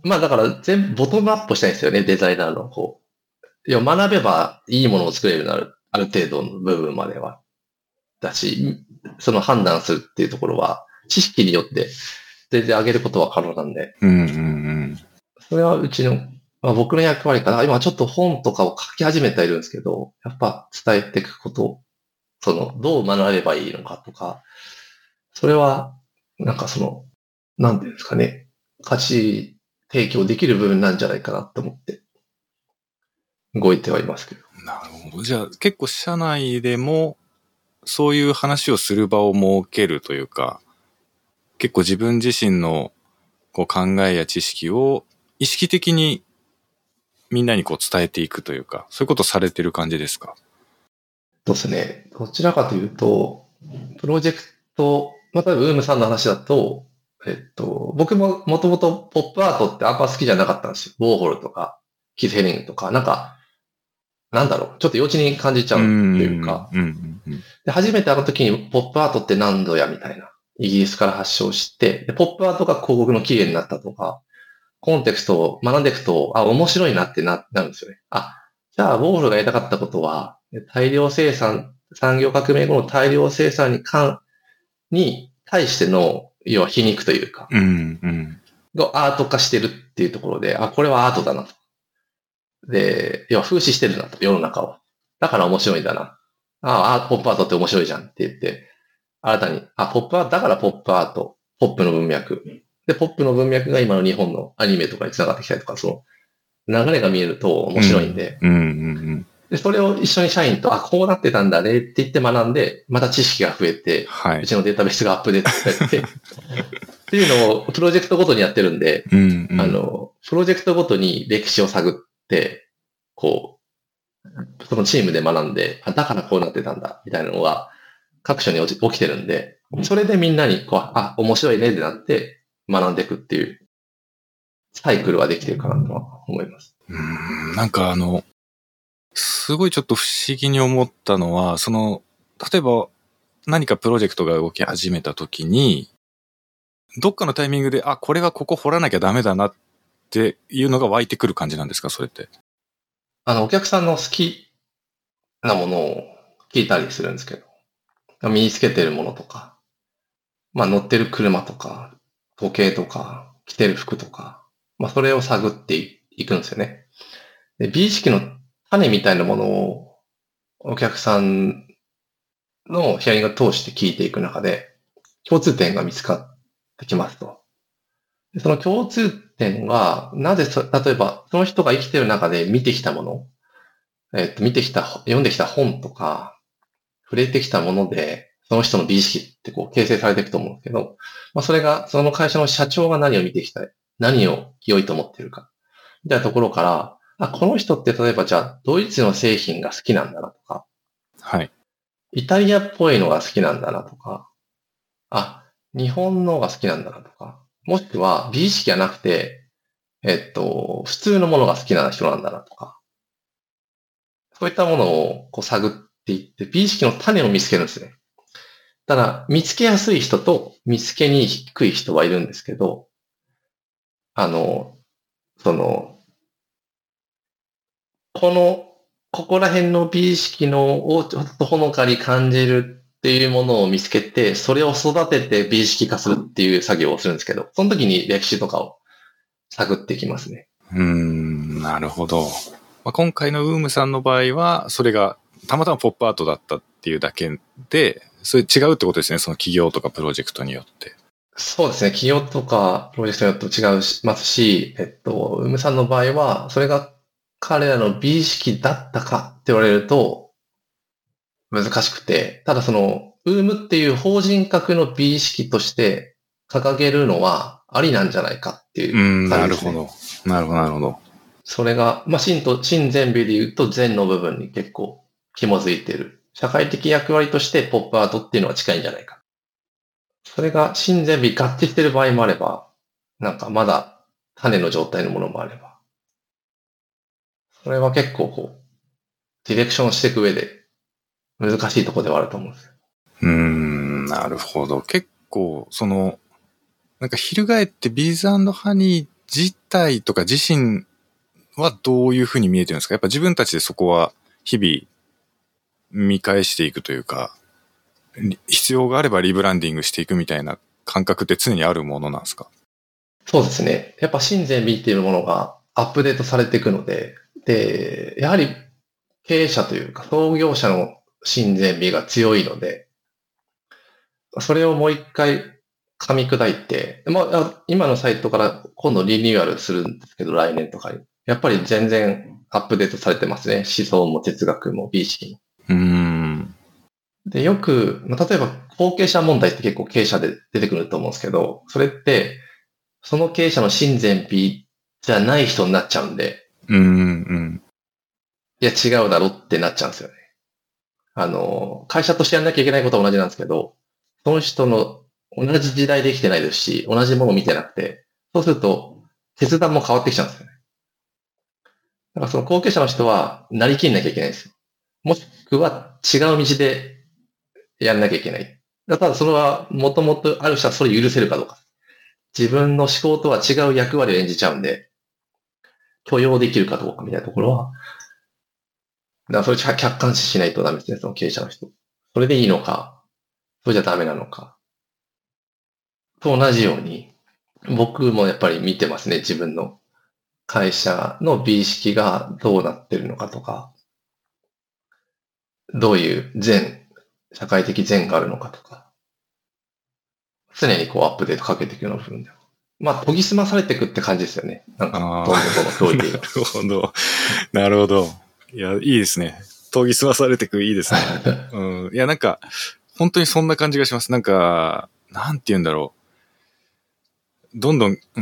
まあだから全部ボトムアップしたいんですよね、デザイナーの方。いや、学べばいいものを作れるようになる。ある程度の部分までは。だし、その判断するっていうところは、知識によって全然上げることは可能なんで。 うんうんうん。 それはうちの、まあ、僕の役割かな。今ちょっと本とかを書き始めているんですけど、やっぱ伝えていくこと、その、どう学べばいいのかとか、それは、なんかその、なんていうんですかね、価値提供できる部分なんじゃないかなと思って、動いてはいますけど。 なるほど。じゃあ結構社内でもそういう話をする場を設けるというか、結構自分自身のこう考えや知識を意識的にみんなにこう伝えていくというか、そういうことされてる感じですか？ そうですね。どちらかというと、プロジェクト、まあ、例えばウームさんの話だと、えっと、僕ももともとポップアートってあんま好きじゃなかったんですよ。ウォーホルとか、キース・ヘリングとか、なんか、なんだろう、ちょっと幼稚に感じちゃうっていうか、 うんうんうん、 で、初めてあの時にポップアートって何度やみたいな、イギリスから発祥して、でポップアートが広告の起源になったとか、コンテクストを学んでいくと、あ、面白いなってな、なるんですよね。あ、じゃあ、ウォーホルがやりたかったことは、大量生産、産業革命後の大量生産に関、に対しての、要は皮肉というか、 うんうん、 がアート化してるっていうところで、あ、これはアートだなと。で、要は風刺してるなと、世の中を。だから面白いんだな。ああ、ポップアートって面白いじゃんって言って、新たに、あ、ポップアート、だからポップアート、ポップの文脈。で、ポップの文脈が今の日本のアニメとかに繋がってきたりとか、その流れが見えると面白いんで、 うんうんうん、 で、それを一緒に社員と、あ、こうなってたんだねって言って学んで、また知識が増えて、 はい、 うちのデータベースがアップデートされて、っていうのをプロジェクトごとにやってるんで、 うんうん、 あの、プロジェクトごとに歴史を探って、こう、そのチームで学んで、あ、だからこうなってたんだ、みたいなのが各所に起きてるんで、それでみんなに、こう、あ、面白いねってなって学んでいくっていうサイクルはできてるかなとは思います。 うん、なんかあの、すごいちょっと不思議に思ったのは、その、例えば何かプロジェクトが動き始めたときに、どっかのタイミングで、あ、これはここ掘らなきゃダメだなっていうのが湧いてくる感じなんですか、それって。 あの、お客さんの好きなものを聞いたりするんですけど、身につけてるものとか、まあ乗ってる車とか、時計とか、着てる服とか、まあそれを探っていくんですよね。で、美意識の種みたいなものをお客さんのヒアリングを通して聞いていく中で、共通点が見つかってきますと。でその共通点は、なぜそ、例えば、その人が生きてる中で見てきたもの、えっと、見てきた、読んできた本とか、触れてきたもので、その人の美意識ってこう形成されていくと思うんですけど、まあそれが、その会社の社長が何を見てきたい、何を良いと思っているか、みたいなところから、あ、この人って例えばじゃあ、ドイツの製品が好きなんだなとか、 はい。 イタリアっぽいのが好きなんだなとか、あ、日本のが好きなんだなとか、もしくは美意識がなくて、えっと、普通のものが好きな人なんだなとか、そういったものをこう探っていって、美意識の種を見つけるんですね。ただ、見つけやすい人と見つけにくい人はいるんですけど、あの、その、この、ここら辺の美意識のをちょっとほのかに感じるっていうものを見つけて、それを育てて美意識化するっていう作業をするんですけど、その時に歴史とかを探っていきますね。 うーん、なるほど。まあ、今回のウームさんの場合は、それがたまたまポップアートだったっていうだけで、それ違うってことですね、その企業とかプロジェクトによって。 そうですね。企業とかプロジェクトによって違いますし、えっと、ウムさんの場合は、それが彼らの美意識だったかって言われると難しくて、ただその、ウームっていう法人格の美意識として掲げるのはありなんじゃないかっていう感じですね。 うん、なるほど。なるほど、なるほど。 それが、まあ、真と、真善美で言うと善の部分に結構紐づいている。社会的役割としてポップアートっていうのは近いんじゃないか。それが真善美合致してる場合もあれば、なんかまだ種の状態のものもあれば。それは結構こう、ディレクションしていく上で難しいところではあると思うんですよ。 うーん、なるほど。結構、その、なんか翻ってビーズ&ハニーっ自体とか自身はどういうふうに見えてるんですか？やっぱ自分たちでそこは日々見返していくというか、必要があればリブランディングしていくみたいな感覚って常にあるものなんですか？ そうですね。やっぱ新善美っていうものがアップデートされていくので、で、やはり経営者というか創業者の新善美が強いので、それをもう一回噛み砕いて、まあ、今のサイトから今度リニューアルするんですけど、来年とかに。やっぱり全然アップデートされてますね。思想も哲学も ビーシー も。 うーん。 で、よく、まあ、例えば後継者問題って結構経営者で出てくると思うんですけど、それって、その経営者の親善美じゃない人になっちゃうんで、 うんうん。 いや違うだろってなっちゃうんですよね。あの、会社としてやんなきゃいけないことは同じなんですけど、その人の同じ時代で生きてないですし、同じものを見てなくて、そうすると決断も変わってきちゃうんですよね。だからその後継者の人はなりきんなきゃいけないんですよ。もしくは違う道でやんなきゃいけない。ただそれはもともとある人はそれ許せるかどうか。自分の思考とは違う役割を演じちゃうんで、許容できるかどうかみたいなところは、だからそれ客観視しないとダメですね、その経営者の人。それでいいのか、それじゃダメなのか。と同じように、僕もやっぱり見てますね、自分の会社の美意識がどうなってるのかとか、どういう善、社会的善があるのかとか、常にこうアップデートかけていくような部分で。まあ、研ぎ澄まされていくって感じですよね。なんか、どんどんどんどんクオリティが。 なるほど。なるほど。いや、いいですね。研ぎ澄まされていくいいですね。うん。いや、なんか、本当にそんな感じがします。なんか、なんて言うんだろう。どんどん、うん、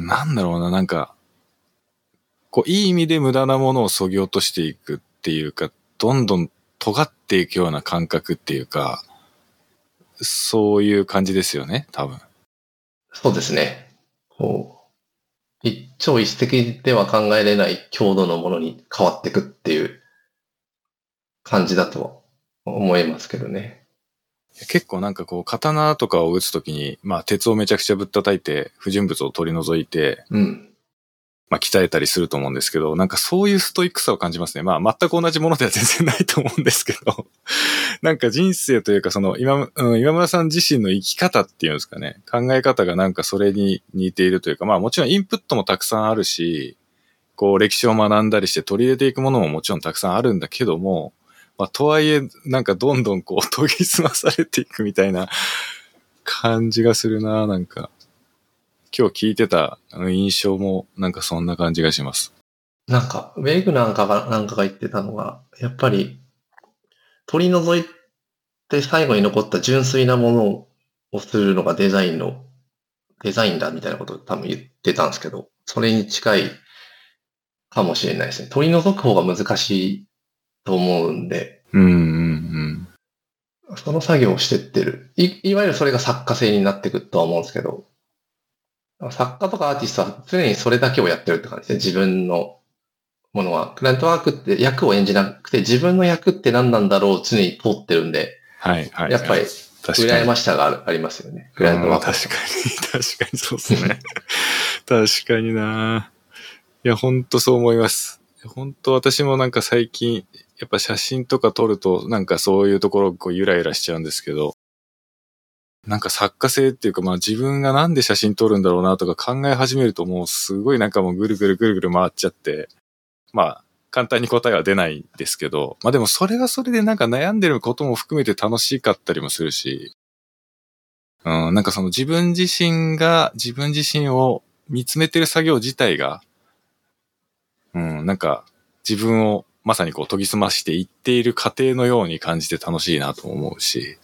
なんだろうな、なんか、こう、いい意味で無駄なものを削ぎ落としていくっていうか、どんどん尖っていくような感覚っていうか、そういう感じですよね、多分。 そうですね。こう、一朝一夕では考えれない強度のものに変わっていくっていう感じだと思いますけどね。 結構なんかこう、刀とかを打つときに、まあ、鉄をめちゃくちゃぶったたいて、不純物を取り除いて、 うん。 まあ、鍛えたりすると思うんですけど、なんかそういうストイックさを感じますね。まあ、全く同じものでは全然ないと思うんですけど、なんか人生というか、その今、うん、今村さん自身の生き方っていうんですかね、考え方がなんかそれに似ているというか、まあもちろんインプットもたくさんあるし、こう歴史を学んだりして取り入れていくものももちろんたくさんあるんだけども、まあとはいえ、なんかどんどんこう研ぎ澄まされていくみたいな感じがするな、なんか。今日聞いてた印象もなんかそんな感じがします。 なんか、ウェイグなんかが、なんかが言ってたのが、やっぱり、取り除いて最後に残った純粋なものをするのがデザインの、デザインだみたいなことを多分言ってたんですけど、それに近いかもしれないですね。取り除く方が難しいと思うんで、 うんうんうん。 その作業をしてってる。い、いわゆるそれが作家性になっていくとは思うんですけど、作家とかアーティストは常にそれだけをやってるって感じで、自分のものは。クライアントワークって役を演じなくて、自分の役って何なんだろう常に通ってるんで、 はいはい、はい。 やっぱり、羨ましさがあるありますよね。クライアントワーク。 確かに、確かにそうですね。確かにな。いや、ほんとそう思います。本当私もなんか最近、やっぱ写真とか撮ると、なんかそういうところこうゆらゆらしちゃうんですけど、なんか作家性っていうか、まあ自分がなんで写真撮るんだろうなとか考え始めるともうすごいなんかもうぐるぐるぐるぐる回っちゃって、まあ簡単に答えは出ないんですけど、まあでもそれはそれでなんか悩んでることも含めて楽しかったりもするし、うん、なんかその自分自身が自分自身を見つめてる作業自体が、うん、なんか自分をまさにこう研ぎ澄ましていっている過程のように感じて楽しいなと思うし、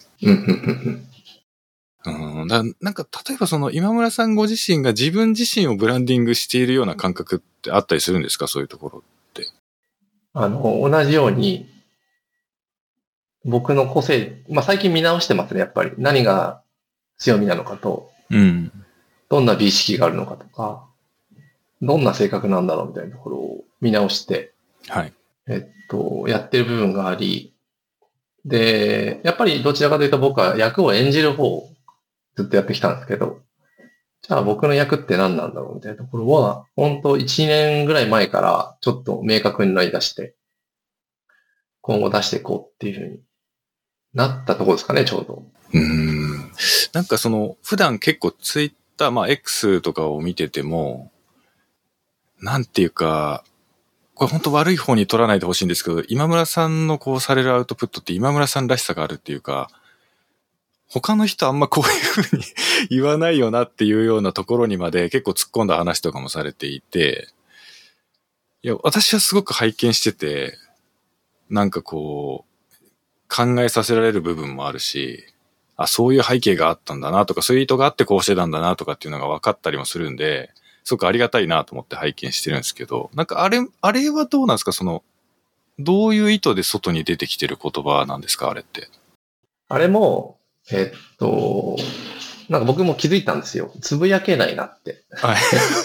うん、だなんか例えばその今村さんご自身が自分自身をブランディングしているような感覚ってあったりするんですか？そういうところって。 あの、同じように、僕の個性、まあ最近見直してますね、やっぱり。何が強みなのかと、 うん。 どんな美意識があるのかとか、どんな性格なんだろうみたいなところを見直して、 はい。 えっと、やってる部分があり、で、やっぱりどちらかというと僕は役を演じる方をずっとやってきたんですけど、 じゃあ僕の役って何なんだろうみたいなところは、本当いちねんぐらい前からちょっと明確になり出して、今後出していこうっていうふうになったところですかね、ちょうど。 うーん。なんかその、普段結構ツイッター、まあ X とかを見てても、なんていうか、これ本当悪い方に取らないでほしいんですけど、今村さんのこうされるアウトプットって今村さんらしさがあるっていうか、他の人あんまこういう風に言わないよなっていうようなところにまで結構突っ込んだ話とかもされていて、いや、私はすごく拝見してて、なんかこう、考えさせられる部分もあるし、あ、そういう背景があったんだなとか、そういう意図があってこうしてたんだなとかっていうのが分かったりもするんで、すごくありがたいなと思って拝見してるんですけど、なんかあれ、あれはどうなんですか？その、どういう意図で外に出てきてる言葉なんですか？あれって。 あれも、えっと、なんか僕も気づいたんですよ。つぶやけないなって。 はい。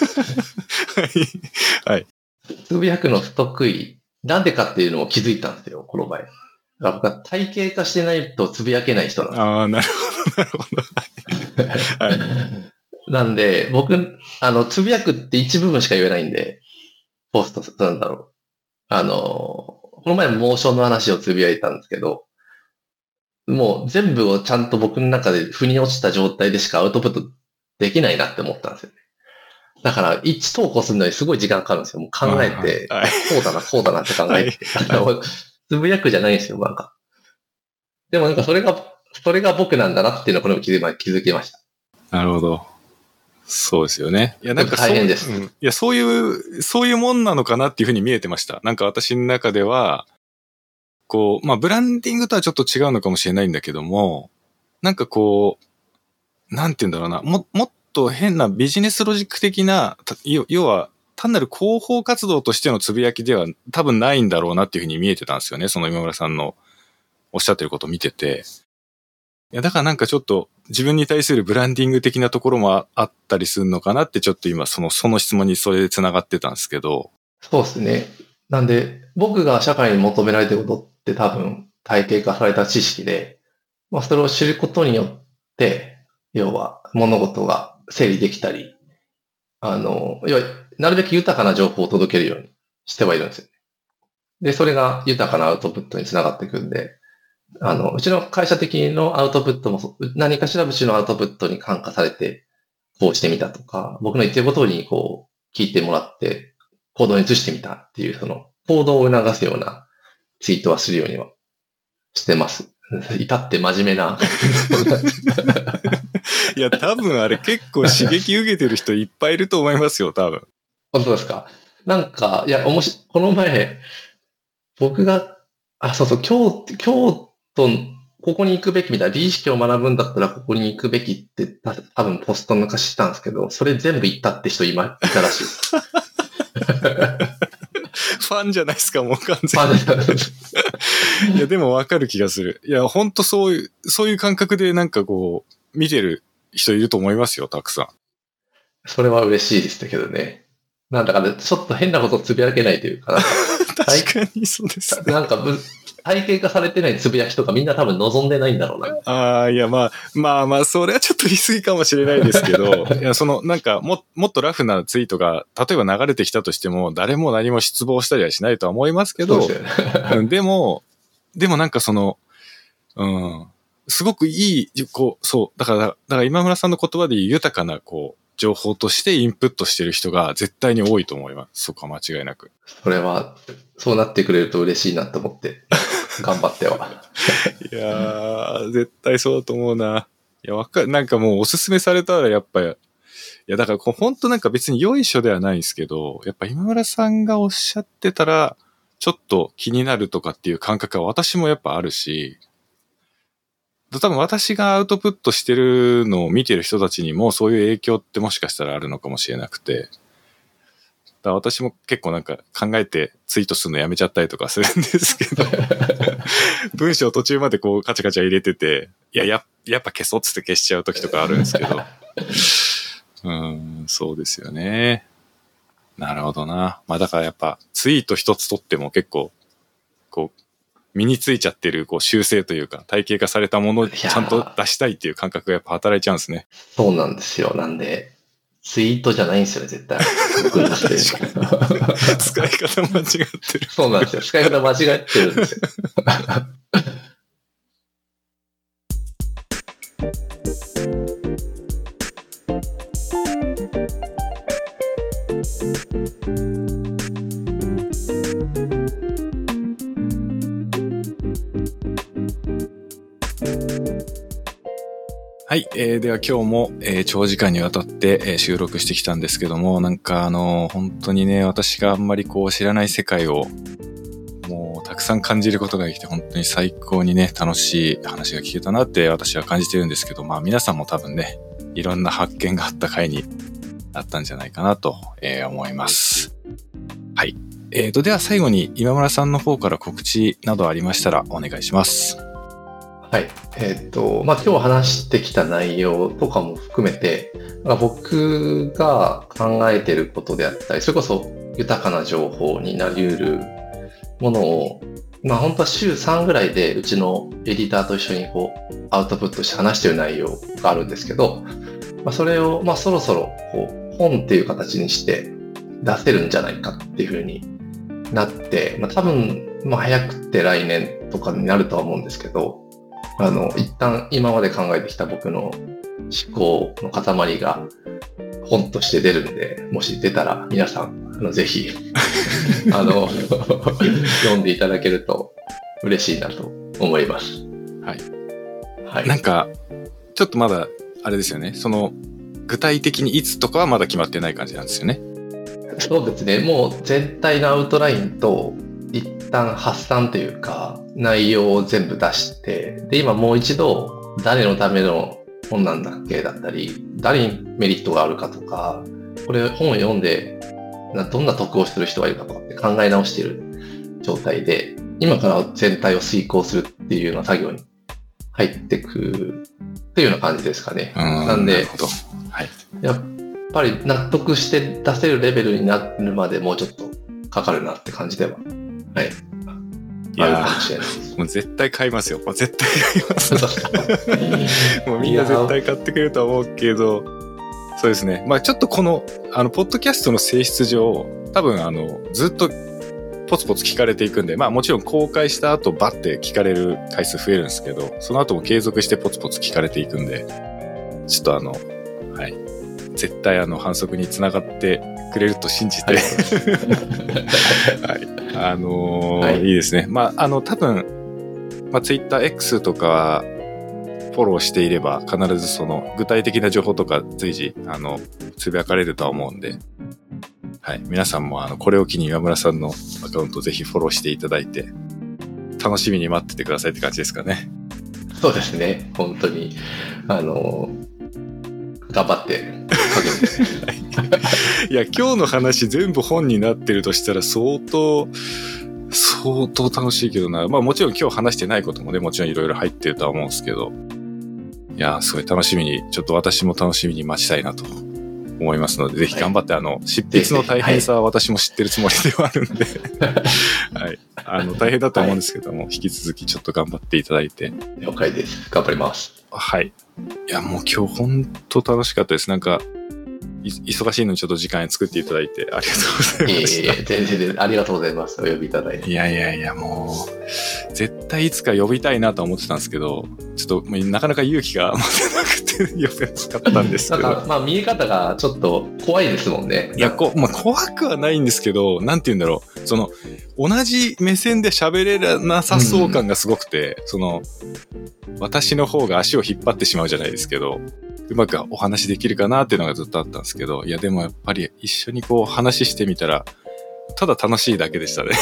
はい。 つぶやくの不得意。なんでかっていうのを気づいたんですよ、この前。だから僕は体系化してないとつぶやけない人なんですよ。 ああ、なるほど、なるほど。はい。 なんで、僕、あの、つぶやくって一部分しか言えないんで、ポスト、なんだろう。あの、この前もモーションの話をつぶやいたんですけど、もう全部をちゃんと僕の中で腑に落ちた状態でしかアウトプットできないなって思ったんですよね。だから、一投稿するのにすごい時間かかるんですよ。もう考えて、 はい、 こうだな、こうだなって考えて。はい、つぶやくじゃないんですよ、なんか。でもなんかそれが、それが僕なんだなっていうのをこれも気づ気づきました。 なるほど。そうですよね。いや、なんか大変です、 うん。いや、そういう、そういうもんなのかなっていうふうに見えてました。なんか私の中では、こう、まあ、ブランディングとはちょっと違うのかもしれないんだけども、なんかこう、なんて言うんだろうな、も、もっと変なビジネスロジック的な、要は、単なる広報活動としてのつぶやきでは多分ないんだろうなっていうふうに見えてたんですよね。その今村さんのおっしゃってることを見てて。いや、だからなんかちょっと自分に対するブランディング的なところもあったりするのかなってちょっと今その、その質問にそれで繋がってたんですけど。 そうですね。なんで、僕が社会に求められていることって多分体系化された知識で、まあそれを知ることによって、要は物事が整理できたり、あの、要はなるべく豊かな情報を届けるようにしてはいるんですよね。で、それが豊かなアウトプットにつながっていくんで、あの、うちの会社的のアウトプットも、何かしらうちのアウトプットに感化されて、こうしてみたとか、僕の言ってることにこう、聞いてもらって、行動に移してみたっていう、その、行動を促すようなツイートはするようにはしてます。至って真面目な。 いや、多分あれ結構刺激受けてる人いっぱいいると思いますよ、多分。 本当ですか？なんか、いや、おもし、この前、僕が、あ、そうそう、京、京都、ここに行くべきみたいな、美意識を学ぶんだったらここに行くべきってた多分ポスト昔したんですけど、それ全部行ったって人今いたらしいです。 ファンじゃないですか、もう完全に。いや、でもわかる気がする。いや、ほんとそういう、そういう感覚でなんかこう、見てる人いると思いますよ、たくさん。 それは嬉しいですけどね。なんだかね、ちょっと変なことつぶやけないというか、なんか確かにそうですね。 なんか、体系化されてないつぶやきとかみんな多分望んでないんだろうな。 ああ、いや、まあ、まあまあ、それはちょっと言い過ぎかもしれないですけど、いや、その、なんか、も、もっとラフなツイートが、例えば流れてきたとしても、誰も何も失望したりはしないとは思いますけど、 そうですよね。 でも、でもなんかその、うん、すごくいい、こう、そう、だから、だから今村さんの言葉で言う豊かな、こう、情報としてインプットしてる人が絶対に多いと思います。そこは間違いなく。 それは、そうなってくれると嬉しいなと思って、頑張っては。 いやー、絶対そうだと思うな。いや、わかる。なんかもうおすすめされたらやっぱり、いや、だからこう本当なんか別に良い書ではないんですけど、やっぱ今村さんがおっしゃってたら、ちょっと気になるとかっていう感覚は私もやっぱあるし、多分私がアウトプットしてるのを見てる人たちにもそういう影響ってもしかしたらあるのかもしれなくて、だから私も結構なんか考えてツイートするのやめちゃったりとかするんですけど、文章途中までこうカチャカチャ入れてて、いや、や、やっぱ消そうっつって消しちゃう時とかあるんですけど、うん、そうですよね。なるほどな。まあだからやっぱツイート一つとっても結構、こう、身についちゃってるこう習性というか体系化されたものをちゃんと出したいっていう感覚がやっぱ働いちゃうんですね。 そうなんですよ。なんで、 ツイートじゃないんですよね、絶対。 使い方間違ってる。 そうなんですよ。使い方間違ってるんですよ。 はい、えー、では今日も、えー、長時間にわたって、えー、収録してきたんですけども、なんかあのー、本当にね、私があんまりこう知らない世界をもうたくさん感じることができて、本当に最高にね、楽しい話が聞けたなって私は感じてるんですけど、まあ皆さんも多分ね、いろんな発見があった回になったんじゃないかなと、えー、思います。はい。えーと、では最後に今村さんの方から告知などありましたらお願いします。 はい。えっと、まあ、今日話してきた内容とかも含めて、僕が考えていることであったり、それこそ豊かな情報になり得るものを、まあ、本当は週さんぐらいでうちのエディターと一緒にこう、アウトプットして話している内容があるんですけど、まあ、それを、まあ、そろそろこう、本っていう形にして出せるんじゃないかっていうふうになって、まあ、多分、まあ、早くて来年とかになるとは思うんですけど、あの、一旦今まで考えてきた僕の思考の塊が本として出るんで、もし出たら皆さん、あのぜひ、あの、読んでいただけると嬉しいなと思います。 はい。 はい。 なんか、ちょっとまだ、あれですよね。その、具体的にいつとかはまだ決まってない感じなんですよね。 そうですね。もう全体のアウトラインと、一旦発散というか内容を全部出して、で今もう一度誰のための本なんだっけだったり、誰にメリットがあるかとか、これ本を読んでどんな得をする人がいるかとかって考え直している状態で、今から全体を遂行するっていうような作業に入っていくっていうような感じですかね。なんで、 なるほど。はい。 やっぱり納得して出せるレベルになるまでもうちょっとかかるなって感じでは。はい。 いやー、もう絶対買いますよ。もう絶対買います。もうみんな絶対買ってくれると思うけど、そうですね。まあちょっとこの、あの、ポッドキャストの性質上、多分あの、ずっとポツポツ聞かれていくんで、まあもちろん公開した後バッて聞かれる回数増えるんですけど、その後も継続してポツポツ聞かれていくんで、ちょっとあの、はい。絶対あの反則につながってくれると信じて、はい、あのーはい、いいですね。まああの多分、まあ、Twitter X とかフォローしていれば必ずその具体的な情報とか随時あのつぶやかれるとは思うんで、はい、皆さんもあのこれを機に岩村さんのアカウントぜひフォローしていただいて楽しみに待っててくださいって感じですかね。 そうですね。本当にあの頑張っていや今日の話全部本になってるとしたら相当相当楽しいけどな。まあもちろん今日話してないこともねもちろんいろいろ入ってるとは思うんですけど、いやすごい楽しみにちょっと私も楽しみに待ちたいなと思いますので、ぜひ頑張って、はい、あの執筆の大変さは私も知ってるつもりではあるんで、はい、あの大変だと思うんですけども、はい、引き続きちょっと頑張っていただいて。 了解です。頑張ります。 はい。いやもう今日本当楽しかったです。なんか忙しいのにちょっと時間作っていただいてありがとうございました。いやいや全然ありがとうございます。お呼びいただいて。 いやいやいやもう絶対いつか呼びたいなと思ってたんですけど、ちょっとなかなか勇気が持てなくて呼べなかったんですけど。 なんかまあ見え方がちょっと怖いですもんね。 いやこ、まあ、怖くはないんですけど、なんて言うんだろう。その同じ目線で喋れなさそう感がすごくて、うん、その私の方が足を引っ張ってしまうじゃないですけど。うまくお話できるかなっていうのがずっとあったんですけど、いやでもやっぱり一緒にこう話してみたらただ楽しいだけでしたね。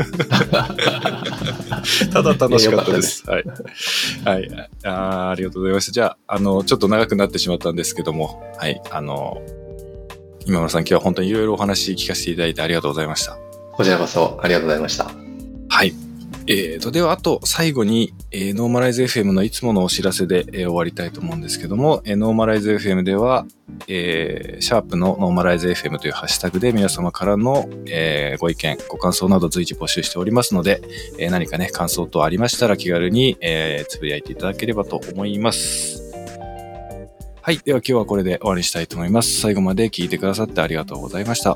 ただ楽しかったです。はい、はい、あ、ありがとうございました。じゃああのちょっと長くなってしまったんですけども、はいあの今村さん今日は本当にいろいろお話聞かせていただいてありがとうございました。 こちらこそありがとうございました。 はい。えーと、では、あと、最後に、えー、ノーマライズ エフエム のいつものお知らせで、えー、終わりたいと思うんですけども、えー、ノーマライズ エフエム では、えー、シャープのノーマライズ エフエム というハッシュタグで皆様からの、えー、ご意見、ご感想など随時募集しておりますので、えー、何かね、感想等ありましたら気軽に、えー、つぶやいていただければと思います。 はい。では今日はこれで終わりにしたいと思います。最後まで聞いてくださってありがとうございました。